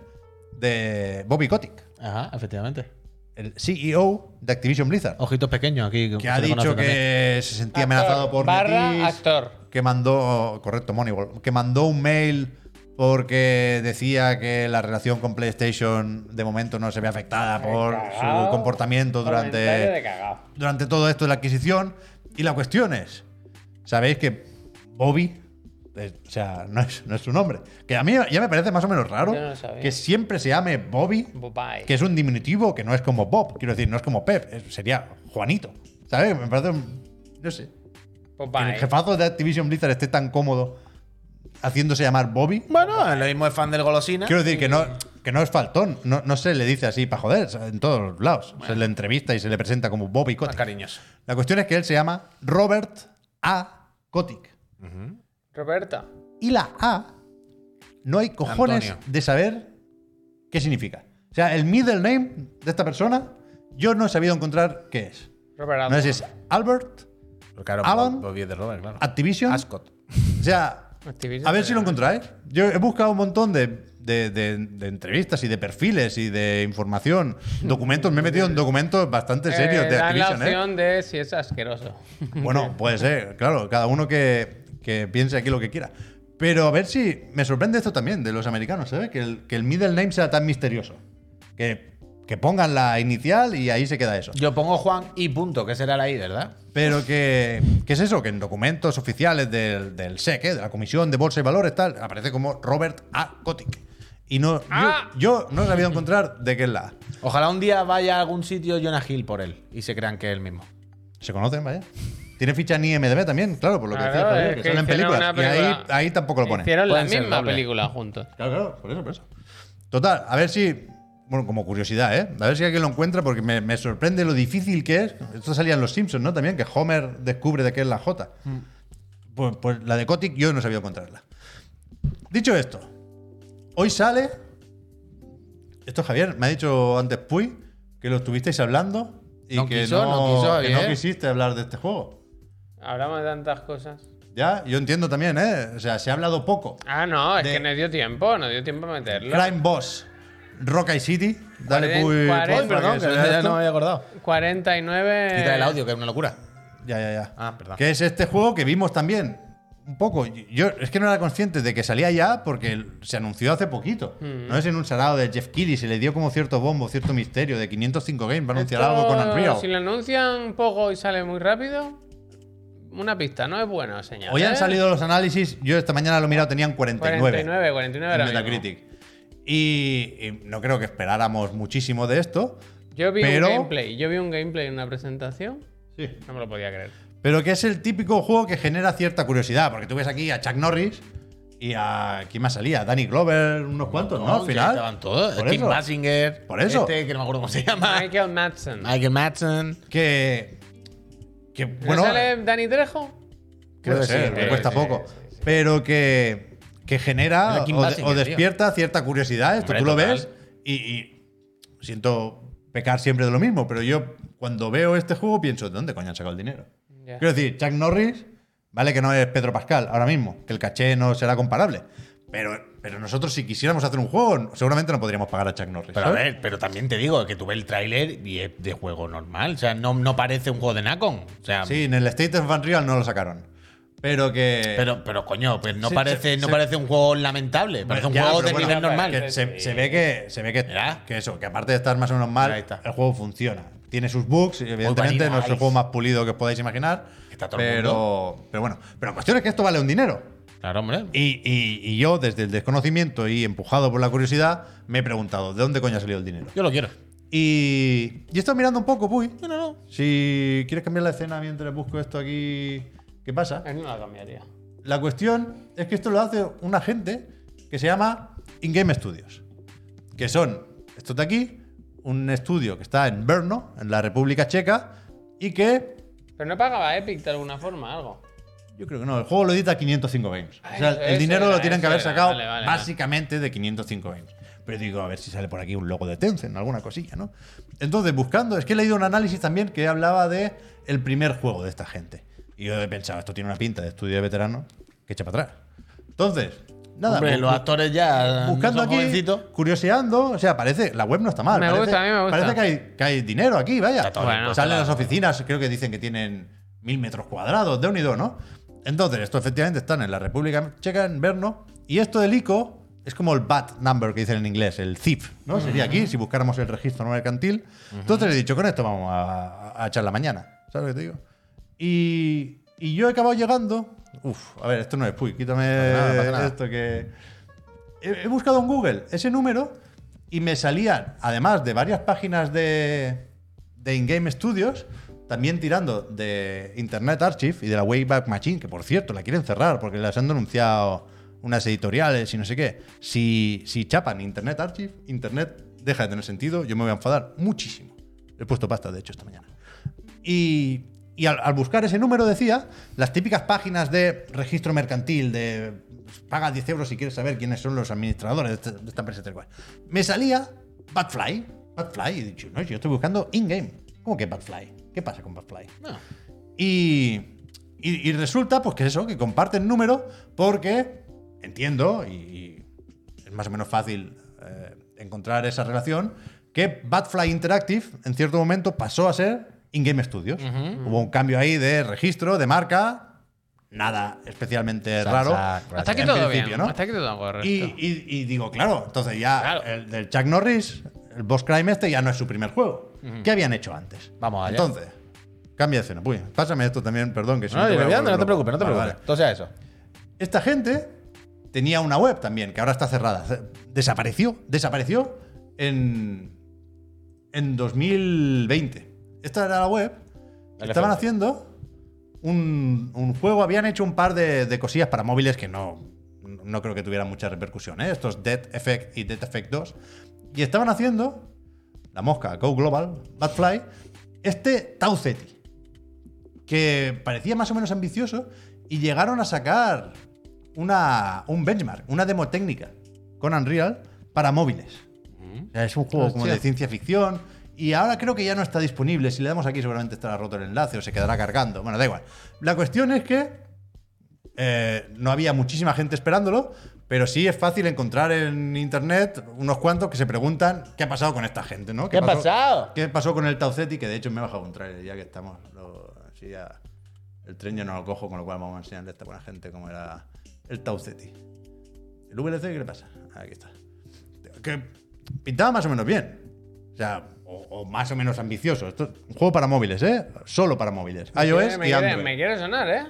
de Bobby Kotick, Ajá, efectivamente. el C E O de Activision Blizzard. Ojitos pequeños aquí. Que ha dicho que se sentía Actor, amenazado por barra Netis, actor. que mandó, correcto, Moneyball, que mandó un mail porque decía que la relación con PlayStation de momento no se ve afectada por Cagao. su comportamiento Comentario de durante, cagao. durante todo esto de la adquisición. Y la cuestión es, ¿sabéis que Bobby, eh, o sea, no es, no es su nombre? Que a mí ya me parece más o menos raro Yo no lo sabía. que siempre se llame Bobby, Bye. que es un diminutivo que no es como Bob, quiero decir, no es como Pep, es- sería Juanito. ¿Sabes? Me parece, un- no sé, que el jefazo de Activision Blizzard esté tan cómodo haciéndose llamar Bobby. Bueno, lo mismo es fan del golosina. Quiero decir que no, que no es faltón, no, no se le dice así para joder, en todos los lados. Se le entrevista y se le presenta como Bobby Más Kotick. cariñoso. La cuestión es que él se llama Robert A. Kotick. Roberta. Y la A, no hay cojones Antonio. de saber qué significa. O sea, el middle name de esta persona, yo no he sabido encontrar qué es. Robert No sé si es Albert, Pero claro, Alan, Bobby es de Robert, claro. Activision. Ascot. O sea, Activision, a ver si lo pero- encontráis. Yo he buscado un montón de, de- de- de entrevistas y de perfiles y de información, documentos. Me he metido en documentos bastante serios Eh, de dan la Activision, ¿eh? opción de si es asqueroso. Bueno, puede ser, claro, cada uno que, que piense aquí lo que quiera. Pero a ver si me sorprende esto también de los americanos, ¿sabes? Que el, que el middle name sea tan misterioso. Que, que pongan la inicial y ahí se queda eso. Yo pongo Juan y punto, que será la I, ¿verdad? Pero que, ¿qué es eso? Que en documentos oficiales del, del S E C, ¿eh? De la Comisión de Bolsa y Valores, tal, aparece como Robert A. Kotick. Y no, Ah. yo, yo no he sabido encontrar de qué es la A. Ojalá un día vaya a algún sitio Jonah Hill por él y se crean que es el mismo. ¿Se conocen, vaya? Tiene ficha en I M D B también, claro, por lo que Claro, decía Javier, es que que salen hicieron películas. una Y ahí, película. ahí tampoco lo pone. Hicieron la Pueden ser misma doble. película juntos. Claro, claro, por eso, por eso. Total, a ver si. Bueno, como curiosidad, ¿eh? A ver si alguien lo encuentra, porque me, me sorprende lo difícil que es. Esto salía en Los Simpsons, ¿no? También, que Homer descubre de qué es la J. Pues, pues la de Kotick yo no he sabido encontrarla. Dicho esto, hoy sale. Esto, Javier, me ha dicho antes Puy que lo estuvisteis hablando y No que, quiso, no, no quiso, que no Javier. quisiste hablar de este juego. Hablamos de tantas cosas. Ya, yo entiendo también, ¿eh? O sea, se ha hablado poco. Ah, no, es De- que no dio tiempo, no dio tiempo a meterlo. Crime Boss, Rockay City. Dale, Cuaren- Puy. cuarenta- porfa, Ay, perdón, que se vea ya esto. no me había acordado. cuarenta y nueve. Quita el audio, que es una locura. Ya, ya, ya. Ah, perdón. Que es este juego que vimos también un poco. Yo es que no era consciente de que salía ya porque se anunció hace poquito. Mm. No es en un sarao de Jeff Keighley, se le dio como cierto bombo, cierto misterio de quinientos cinco Games va a anunciar Esto, algo con Unreal. Si lo anuncian poco y sale muy rápido, una pista, no es buena señal. Hoy han ¿eh? salido los análisis, yo esta mañana lo he mirado, tenían cuarenta y nueve, cuarenta y nueve, cuarenta y nueve en ahora mismo. Metacritic. Y, y no creo que esperáramos muchísimo de esto. Yo vi pero, un gameplay, yo vi un gameplay en una presentación, Sí. no me lo podía creer. Pero que es el típico juego que genera cierta curiosidad, porque tú ves aquí a Chuck Norris y a. ¿Quién más salía? Danny Glover, unos cuantos, ¿no? Al que final. Estaban todos. Por Kim eso. Basinger. Por eso. Este, que no me acuerdo cómo se llama. Michael Madsen. Michael Madsen. Que. Que, ¿No bueno. sale Danny Trejo? Puede Creo que ser, sí, me sí, cuesta sí, poco. sí, sí. Pero que. Que genera Era Kim o, de- Basinger, o tío. despierta cierta curiosidad. Esto Hombre, tú lo total. ves y, y siento pecar siempre de lo mismo, pero yo cuando veo este juego pienso, ¿de dónde coño han sacado el dinero? Ya. Quiero decir, Chuck Norris, vale que no es Pedro Pascal ahora mismo, que el caché no será comparable. Pero, pero nosotros, si quisiéramos hacer un juego, seguramente no podríamos pagar a Chuck Norris. Pero a ¿sabes? ver, pero también te digo que tuve el tráiler y es de juego normal. O sea, no, no parece un juego de Nacon. O sea, Sí, en el State of Unreal no lo sacaron. Pero que. pero, pero coño, pues no Sí, parece, se- no se- parece un juego lamentable. Parece un Ya, juego pero de bueno, nivel normal. que se, se ve que se ve que, Mira. que eso, que aparte de estar más o menos mal, Ahí está. el juego funciona. Tiene sus bugs, y evidentemente vanilla no es el ice. juego más pulido que os podáis imaginar. Está todo el pero, pero bueno, pero la cuestión es que esto vale un dinero. Claro, hombre. Y, y- y yo, desde el desconocimiento y empujado por la curiosidad, me he preguntado, ¿de dónde coño ha salido el dinero? Yo lo quiero. Y, y he estado mirando un poco, Puy. No, no, no. Si quieres cambiar la escena mientras busco esto aquí, ¿qué pasa? Él no la cambiaría. La cuestión es que esto lo hace una gente que se llama In-Game Studios. Que son, estos de aquí, un estudio que está en Brno, en la República Checa, y que Pero no pagaba Epic de alguna forma, algo. yo creo que no, el juego lo edita quinientos cinco Games. O sea, Eso, el eso dinero era, lo tienen que eso haber era. sacado Vale, vale, básicamente de quinientos cinco Games. Pero digo, a ver si sale por aquí un logo de Tencent, alguna cosilla, ¿no? Entonces, buscando, es que he leído un análisis también que hablaba de el primer juego de esta gente. Y yo he pensado, esto tiene una pinta de estudio de veteranos que echa para atrás. Entonces, nada. Hombre, bu- los bu- actores ya buscando no son aquí, jovencitos. curioseando, o sea, parece, la web no está mal. Me parece, gusta, a mí me gusta. Parece que hay, que hay dinero aquí, vaya. Está todo Bueno, bien, Salen claro. las oficinas, creo que dicen que tienen mil metros cuadrados de unido, ¿no? Entonces, esto efectivamente están en la República Checa, en Brno, y esto del I C O es como el B A T number que dicen en inglés, el C I F, ¿no? Sería aquí, si buscáramos el registro no mercantil. Entonces le he dicho, con esto vamos a, a echar la mañana, ¿sabes lo que te digo? Y, y yo he acabado llegando. Uf, a ver, esto no es Puy, quítame nada, no pasa nada. esto que. He, he buscado en Google ese número y me salían, además de varias páginas de, de In-Game Studios, también tirando de Internet Archive y de la Wayback Machine, que por cierto la quieren cerrar porque las han denunciado unas editoriales y no sé qué. Si, si chapan Internet Archive, Internet deja de tener sentido, yo me voy a enfadar muchísimo. He puesto pasta, de hecho, esta mañana. Y, y al, al buscar ese número decía las típicas páginas de registro mercantil, de pues, paga diez euros si quieres saber quiénes son los administradores de, este- de esta empresa. Tal cual. Me salía Badfly. Badfly. Y he dicho, no, yo estoy buscando in-game. ¿Cómo que Badfly? ¿Qué pasa con Badfly? No. Y, y- y resulta, pues que eso, que comparten número porque entiendo, y, y es más o menos fácil eh, encontrar esa relación, que Badfly Interactive en cierto momento pasó a ser In-Game Studios. Hubo un cambio ahí de registro, de marca, nada especialmente Sa- raro. sa- Hasta aquí en todo principio, bien. ¿no? Hasta aquí todo correcto. Y, y- y digo, claro, entonces ya Claro. el del Chuck Norris, el Boss Crime este, ya no es su primer juego. ¿Qué habían hecho antes? Vamos allá. Entonces, cambia de escena. Uy, pásame esto también, perdón, que si No, no te yo voy a no, volver no te loco. preocupes, no te Vale, preocupes. vale. Entonces eso. Esta gente tenía una web también, que ahora está cerrada. desapareció. Desapareció en, en dos mil veinte. Esta era la web. Estaban haciendo un, un juego. Habían hecho un par de, de cosillas para móviles que no, no creo que tuvieran mucha repercusión, ¿eh? Estos Dead Effect y Dead Effect dos. Y estaban haciendo, la mosca, Go Global, Batfly, este Tau Ceti, que parecía más o menos ambicioso, y llegaron a sacar una, un benchmark, una demo técnica con Unreal para móviles. O sea, es un juego como de ciencia ficción, y ahora creo que ya no está disponible. Si le damos aquí seguramente estará roto el enlace o se quedará cargando. Bueno, da igual. La cuestión es que eh, no había muchísima gente esperándolo, pero sí es fácil encontrar en internet unos cuantos que se preguntan qué ha pasado con esta gente, ¿no? ¿Qué ha pasado? ¿Qué pasó con el Tau Ceti? Que de hecho me he bajado un trailer ya que estamos. Lo, así ya, el tren ya no lo cojo, con lo cual vamos a enseñarle a esta buena gente cómo era el Tau Ceti. ¿El V L C qué le pasa? Aquí está. Que pintaba más o menos bien. O sea, o, o más o menos ambicioso. Esto es un juego para móviles, ¿eh? Solo para móviles. Me iOS quiere, me y quiere, Android. me quiere sonar, ¿eh?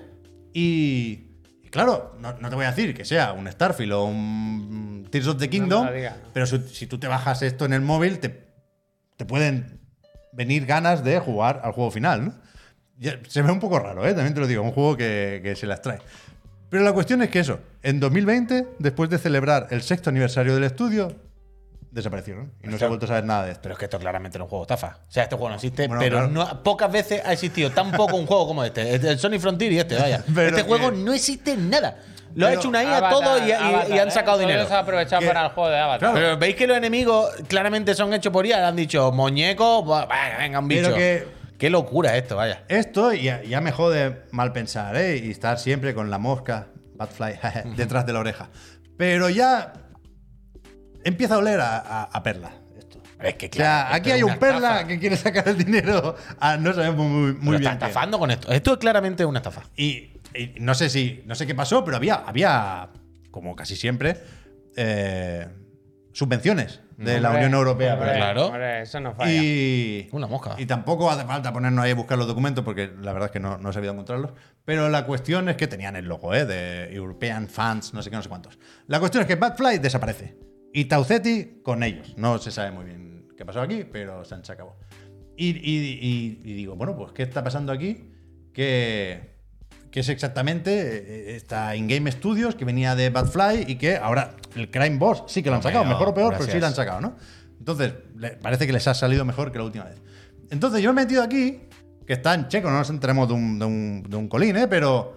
Y, y claro, no, no te voy a decir que sea un Starfield o un Tears of the Kingdom, No me lo digas, no. pero si, si tú te bajas esto en el móvil, te, te pueden venir ganas de jugar al juego final, ¿no? Ya, se ve un poco raro, ¿eh? También te lo digo, un juego que, que se las trae. Pero la cuestión es que eso, en dos mil veinte, después de celebrar el sexto aniversario del estudio, desaparecieron y no se ha vuelto a saber nada de esto. Pero es que esto claramente era un juego estafa. O sea, este juego no existe, Bueno, pero claro. no, pocas veces ha existido tan poco un juego como este. El Sonic Frontier y este, vaya. Pero este que- juego no existe en nada. Lo ha Pero hecho una I A Avatar, todo y, y- y Avatar, han sacado ¿eh? dinero. Solo se ha aprovechado Que- para el juego de Avatar. Claro. Pero veis que los enemigos claramente son hechos por I A. Han dicho, muñeco, bah, bah, venga, un bicho. Pero que- Qué locura esto, vaya. Esto ya, ya me jode mal pensar, ¿eh? Y estar siempre con la mosca, Batfly, detrás de la oreja. Pero ya empieza a oler a, a- a perla esto. Es que O sea, aquí hay un perla que quiere sacar el dinero a no sabemos muy, muy Muy bien. está qué. estafando con esto. Esto es claramente una estafa. Y, y no sé si no sé qué pasó, pero había, había como casi siempre, eh, subvenciones de la Hombre, Unión Europea. hombre, para- claro. hombre, eso no falla. Y, Una mosca. y tampoco hace falta ponernos ahí a buscar los documentos porque la verdad es que no, no he sabido encontrarlos. Pero la cuestión es que tenían el logo, ¿eh? De European Funds, no sé qué, no sé cuántos. La cuestión es que Batfly desaparece. Y Tau Ceti con ellos. No se sabe muy bien qué pasó aquí, pero se han acabó. Y, y- y- y digo, bueno, pues ¿qué está pasando aquí? Que, que es exactamente eh, esta In-Game Studios que venía de Batfly y que ahora el Crime Boss sí que lo han Hombre, sacado. no, Mejor o peor, pero sí gracias. lo han sacado, ¿no? Entonces, le- parece que les ha salido mejor que la última vez. Entonces, yo me he metido aquí, que está en checo, no nos enteremos de un, de un, de un colín, ¿eh? Pero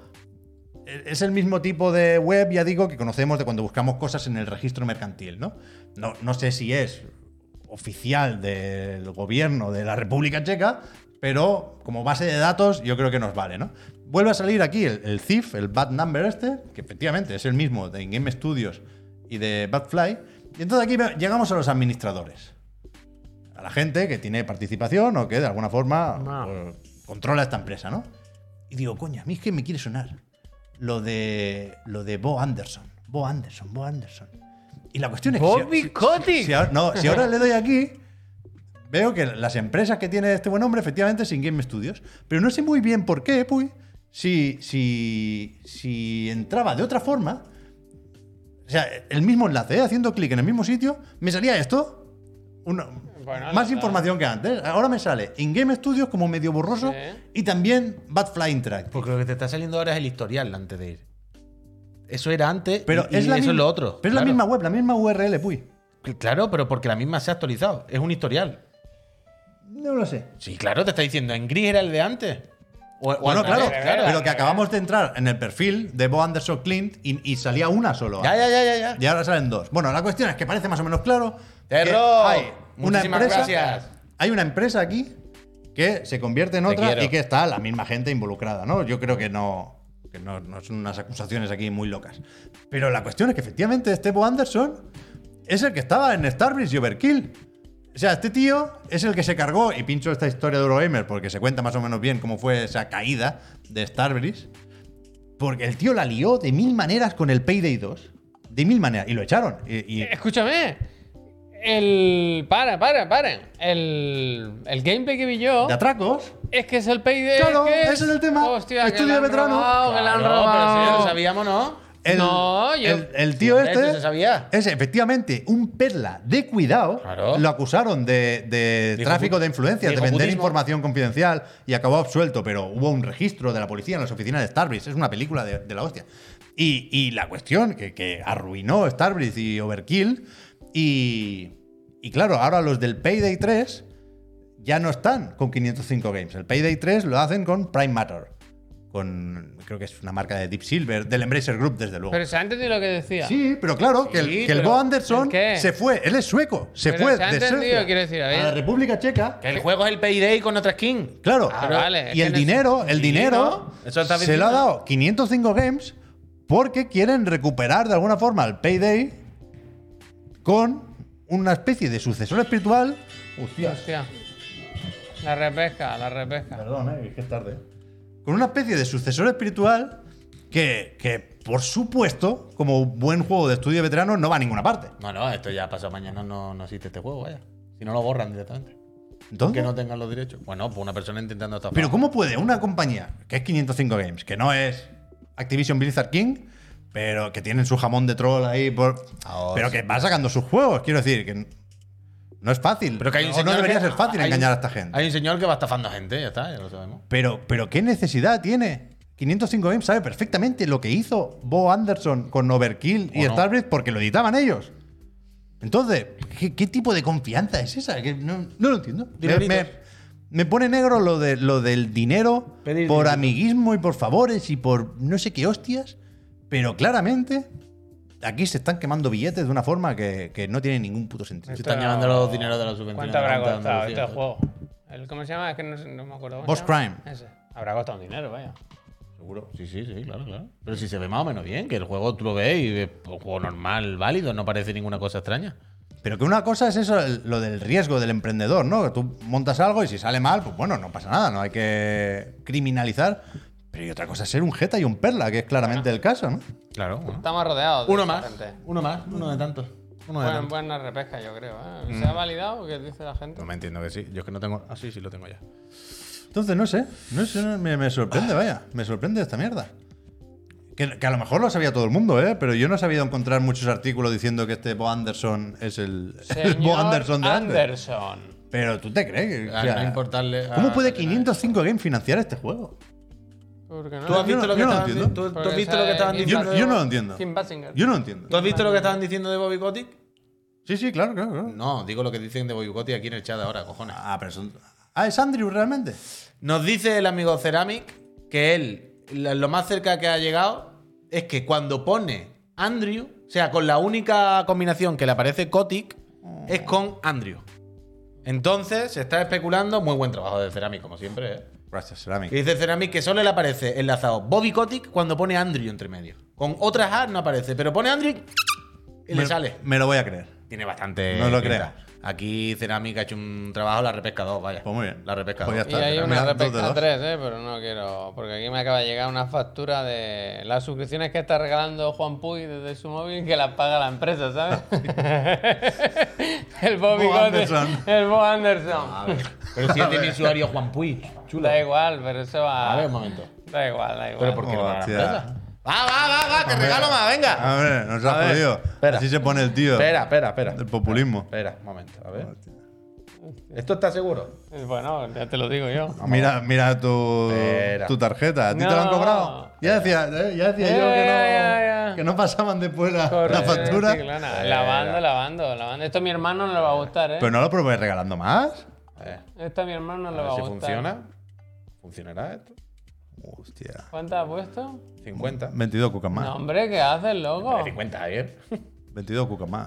es el mismo tipo de web, ya digo, que conocemos de cuando buscamos cosas en el registro mercantil, ¿no? No, no sé si es oficial del gobierno de la República Checa, pero como base de datos yo creo que nos vale, ¿no? Vuelve a salir aquí el, el C I F, el Bad Number este, que efectivamente es el mismo de In-Game Studios y de Batfly. Y entonces aquí ve- llegamos a los administradores. A la gente que tiene participación o que de alguna forma No. pues, controla esta empresa, ¿no? Y digo, coño, a mí es que me quiere sonar lo de lo de Bo Anderson. Bo Anderson, Bo Anderson. Y la cuestión es que... Bobby si- Kotick. si ahora, no, si ahora le doy aquí, veo que las empresas que tiene este buen hombre efectivamente es In-Game Studios. Pero no sé muy bien por qué, Puy, si, si, si entraba de otra forma, o sea, el mismo enlace, ¿eh? Haciendo clic en el mismo sitio, me salía esto. Una- Bueno, más no, información que antes. Ahora me sale In-Game Studios como medio borroso Sí. y también Batfly Interactive. Porque lo que te está saliendo ahora es el historial antes de ir. Eso era antes Pero y, es y la eso misma, es lo otro. Pero es la claro. misma web, la misma U R L, Puy. Claro, pero porque la misma se ha actualizado. Es un historial. No lo sé. Sí, claro, te está diciendo. ¿En gris era el de antes? O, o Bueno, al claro, revés, claro. pero que acabamos de entrar en el perfil de Bo Anderson Clint y, y salía una solo. Ya, ya, ya, ya, ya. Y ahora salen dos. Bueno, la cuestión es que parece más o menos claro. que Terror. hay una Muchísimas empresa. gracias. Hay una empresa aquí que se convierte en Te otra quiero. y que está la misma gente involucrada, ¿no? Yo creo que no. Que no, no son unas acusaciones aquí muy locas. Pero la cuestión es que efectivamente este Bo Anderson es el que estaba en Starbreeze y Overkill. O sea, este tío es el que se cargó, y pincho esta historia de Eurogamer porque se cuenta más o menos bien cómo fue esa caída de Starbreeze. Porque el tío la lió de mil maneras con el Payday dos. De mil maneras. Y lo echaron. Y, y- Escúchame. El. Para, para, para. El, el gameplay que vi yo de atracos. es que es el Payday. Claro, que ese es el tema. Hostia, que Estudio le han veterano. robado, que le han Claro, pero si ya robado. lo sabíamos, ¿no? El, No, yo- el, el tío Hombre, este ¿eso se sabía? es efectivamente un perla de cuidado. Claro. Lo acusaron de, de Dijo tráfico pu- de influencias, de dijo vender putismo. información confidencial y acabó absuelto, pero hubo un registro de la policía en las oficinas de Starbreeze. Es una película de, de la hostia. Y, y la cuestión, que, que arruinó Starbreeze y Overkill. Y, y claro, ahora los del Payday tres ya no están con quinientos cinco Games. El Payday tres lo hacen con Prime Matter. Con, creo que es una marca de Deep Silver, del Embracer Group, desde luego. Pero se ha entendido lo que decía. Sí, pero claro, que el, Sí, que el pero- Bo Anderson ¿el qué? se fue. Él es sueco. Se Pero fue se ha de entendido, Suecia quiero decir, a a ver. la República Checa. Que el juego es el Payday con otra skin. Claro. Ah, pero- vale, es y que el no es- dinero, el Sí, dinero ¿no? Eso está se lo ha diciendo. dado quinientos cinco Games porque quieren recuperar de alguna forma el Payday con una especie de sucesor espiritual. Hostia. Hostia. La repesca, la repesca. Perdón, eh, es que es tarde. Con una especie de sucesor espiritual que, que, por supuesto, como buen juego de estudio veterano, no va a ninguna parte. No, no, esto ya pasado mañana no, no existe este juego, vaya. Si no lo borran directamente. Entonces, Que no tengan los derechos. Bueno, pues una persona intentando estafar. pero ¿cómo puede una compañía que es quinientos cinco Games, que no es Activision Blizzard King, pero que tienen su jamón de troll ahí, por, Ah, pero sí. que va sacando sus juegos? Quiero decir, que no es fácil. Pero que hay un O señor no debería que- ser fácil hay engañar un- a esta gente. Hay un señor que va estafando a gente, ya está, ya lo sabemos. Pero, pero ¿qué necesidad tiene? quinientos cinco Games sabe perfectamente lo que hizo Bo Anderson con Overkill y ¿O no? Starbreeze porque lo editaban ellos. Entonces, ¿qué, qué tipo de confianza es esa? Que no, no lo entiendo. Me, Dineritos. me- me pone negro lo, de, lo del dinero Pedir por dinero. amiguismo y por favores y por no sé qué hostias, pero claramente aquí se están quemando billetes de una forma que, que no tiene ningún puto sentido. Se están llevando los dineros de la subvención. ¿Cuánto habrá de la Junta de costado Andalucía, este juego? El, ¿Cómo se llama? Es que no, sé- no me acuerdo. ¿Cómo Boss se llama? Crime. Ese. Habrá costado un dinero, vaya. Seguro. Sí, sí, sí, claro, claro. Pero si se ve más o menos bien, que el juego tú lo ves y es un juego normal, válido, no parece ninguna cosa extraña. Pero que una cosa es eso, el- lo del riesgo del emprendedor, ¿no? Que tú montas algo y si sale mal, pues bueno, no pasa nada, no hay que criminalizar. Pero y otra cosa es ser un jeta y un perla, que es claramente el caso, ¿no? Claro. bueno. Estamos rodeados. de Uno esa más. gente. Uno más. Uno de tantos. Uno de Buena, tantos. buena repesca, yo creo. ¿eh? Mm. ¿Se ha validado? ¿Qué dice la gente? No me entiendo que sí. Yo es que no tengo. Ah, sí, sí lo tengo ya. Entonces, no sé, no sé, no- me, me sorprende, vaya, me sorprende esta mierda. Que, que a lo mejor lo sabía todo el mundo, ¿eh? Pero yo no he sabido encontrar muchos artículos diciendo que este Bo Anderson es el, el Bo Señor Anderson de antes. Anderson. Pero tú te crees que. o A sea, no importarle. a- ¿Cómo puede quinientos cinco Games financiar este juego? ¿Por qué no? ¿Tú has Yo visto no- lo que yo no estaban entiendo. di- ¿Tú- ¿Tú Porque has visto lo sale que estaban Kim Yo, diciendo? yo no lo entiendo. Kim Basinger. Yo no lo entiendo. ¿Tú has visto lo que estaban diciendo de Bobby Kotick? Sí, sí, claro, claro, claro. No, digo lo que dicen de Bobby Kotick aquí en el chat ahora, cojones. Ah, pero son. Ah, ¿es Andrew realmente? Nos dice el amigo Ceramic que él, la- lo más cerca que ha llegado es que cuando pone Andrew, o sea, con la única combinación que le aparece Kotick, es con Andrew. Entonces, se está especulando, muy buen trabajo de Ceramic, como siempre, ¿eh? Gracias, Ceramic. Que dice Ceramic que solo le aparece enlazado Bobby Kotick cuando pone Andrew entre medio. Con otras A no aparece, pero pone Andrew y le Me- sale. Me lo voy a creer. Tiene bastante. No lo pinta. creo. Aquí Ceramic ha hecho un trabajo, la repesca dos, vaya. Pues muy bien. La repesca Pues dos. ya Y está. hay Mira, una dos de repesca dos. tres, ¿eh? Pero no quiero. Porque aquí me acaba de llegar una factura de las suscripciones que está regalando Juan Puy desde su móvil que las paga la empresa, ¿sabes? el Bobby Bo Kotick, Anderson. El Bo Anderson. Pero si es de mi usuario Juan Puy. Chulo. Da igual, pero eso va. A ver, un momento. Da igual, da igual. Pero ¿por qué no va a la Hostia. empresa? Va, va, va, va, que regalo más, venga. A ver, nos A ha ver, jodido. espera. Así se pone el tío Espera, espera, espera. del populismo. Espera, un momento, a ver. ¿Esto está seguro? Bueno, ya te lo digo yo. Mira, mira tu, Espera. tu tarjeta. ¿A ti te lo han No. cobrado? Ya decía, eh, ya decía Eh, yo que no, ya, ya. que no pasaban después la, la Correcto, factura. chiclana. Lavando, lavando, lavando. Esto a mi hermano no le va a gustar, ¿eh? Pero no lo probé regalando más. Eh, Esto a mi hermano no a le ver va a si gustar. funciona. ¿Funcionará esto? Hostia. ¿Cuánto has puesto? cincuenta. veintidós cucas más. No, hombre, ¿qué haces, loco? cincuenta, Javier. veintidós cucas más.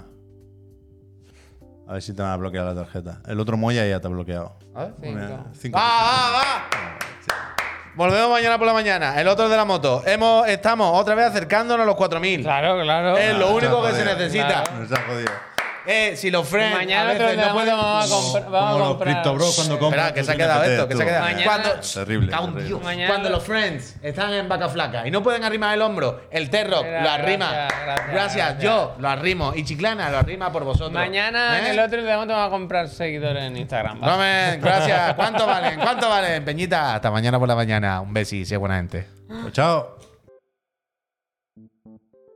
A ver si te van a bloquear la tarjeta. El otro Moya ya te ha bloqueado. A ver. Cinco. Mira, cinco. ¡Va, va, va! Volvemos mañana por la mañana. El otro de la moto. Hemos, estamos otra vez acercándonos a los cuatro mil. Claro, claro. Es lo Ah, único está que se jodido. necesita. Claro. Nos ha jodido. Eh, si los friends Mañana a otro veces de la no moto pueden... vamos a, comprar- vamos Como a los comprar. Crypto Bros cuando compran. Espera, que se ha tus quedado N F Ts, esto, que se ha tú. quedado. Mañana- Cuando, Terrible, Cago en terrible. Dios. Mañana- Cuando los friends están en vaca flaca y no pueden arrimar el hombro, el T-Rock Mira, lo arrima. gracias, gracias, Gracias, gracias. yo lo arrimo. Y Chiclana lo arrima por vosotros. Mañana en ¿Eh? el otro de la moto vamos a comprar seguidores en Instagram. ¿vale? No me- gracias. ¿Cuánto valen? ¿Cuánto valen, Peñita? Hasta mañana por la mañana. Un besi, sé buena gente. Pues chao.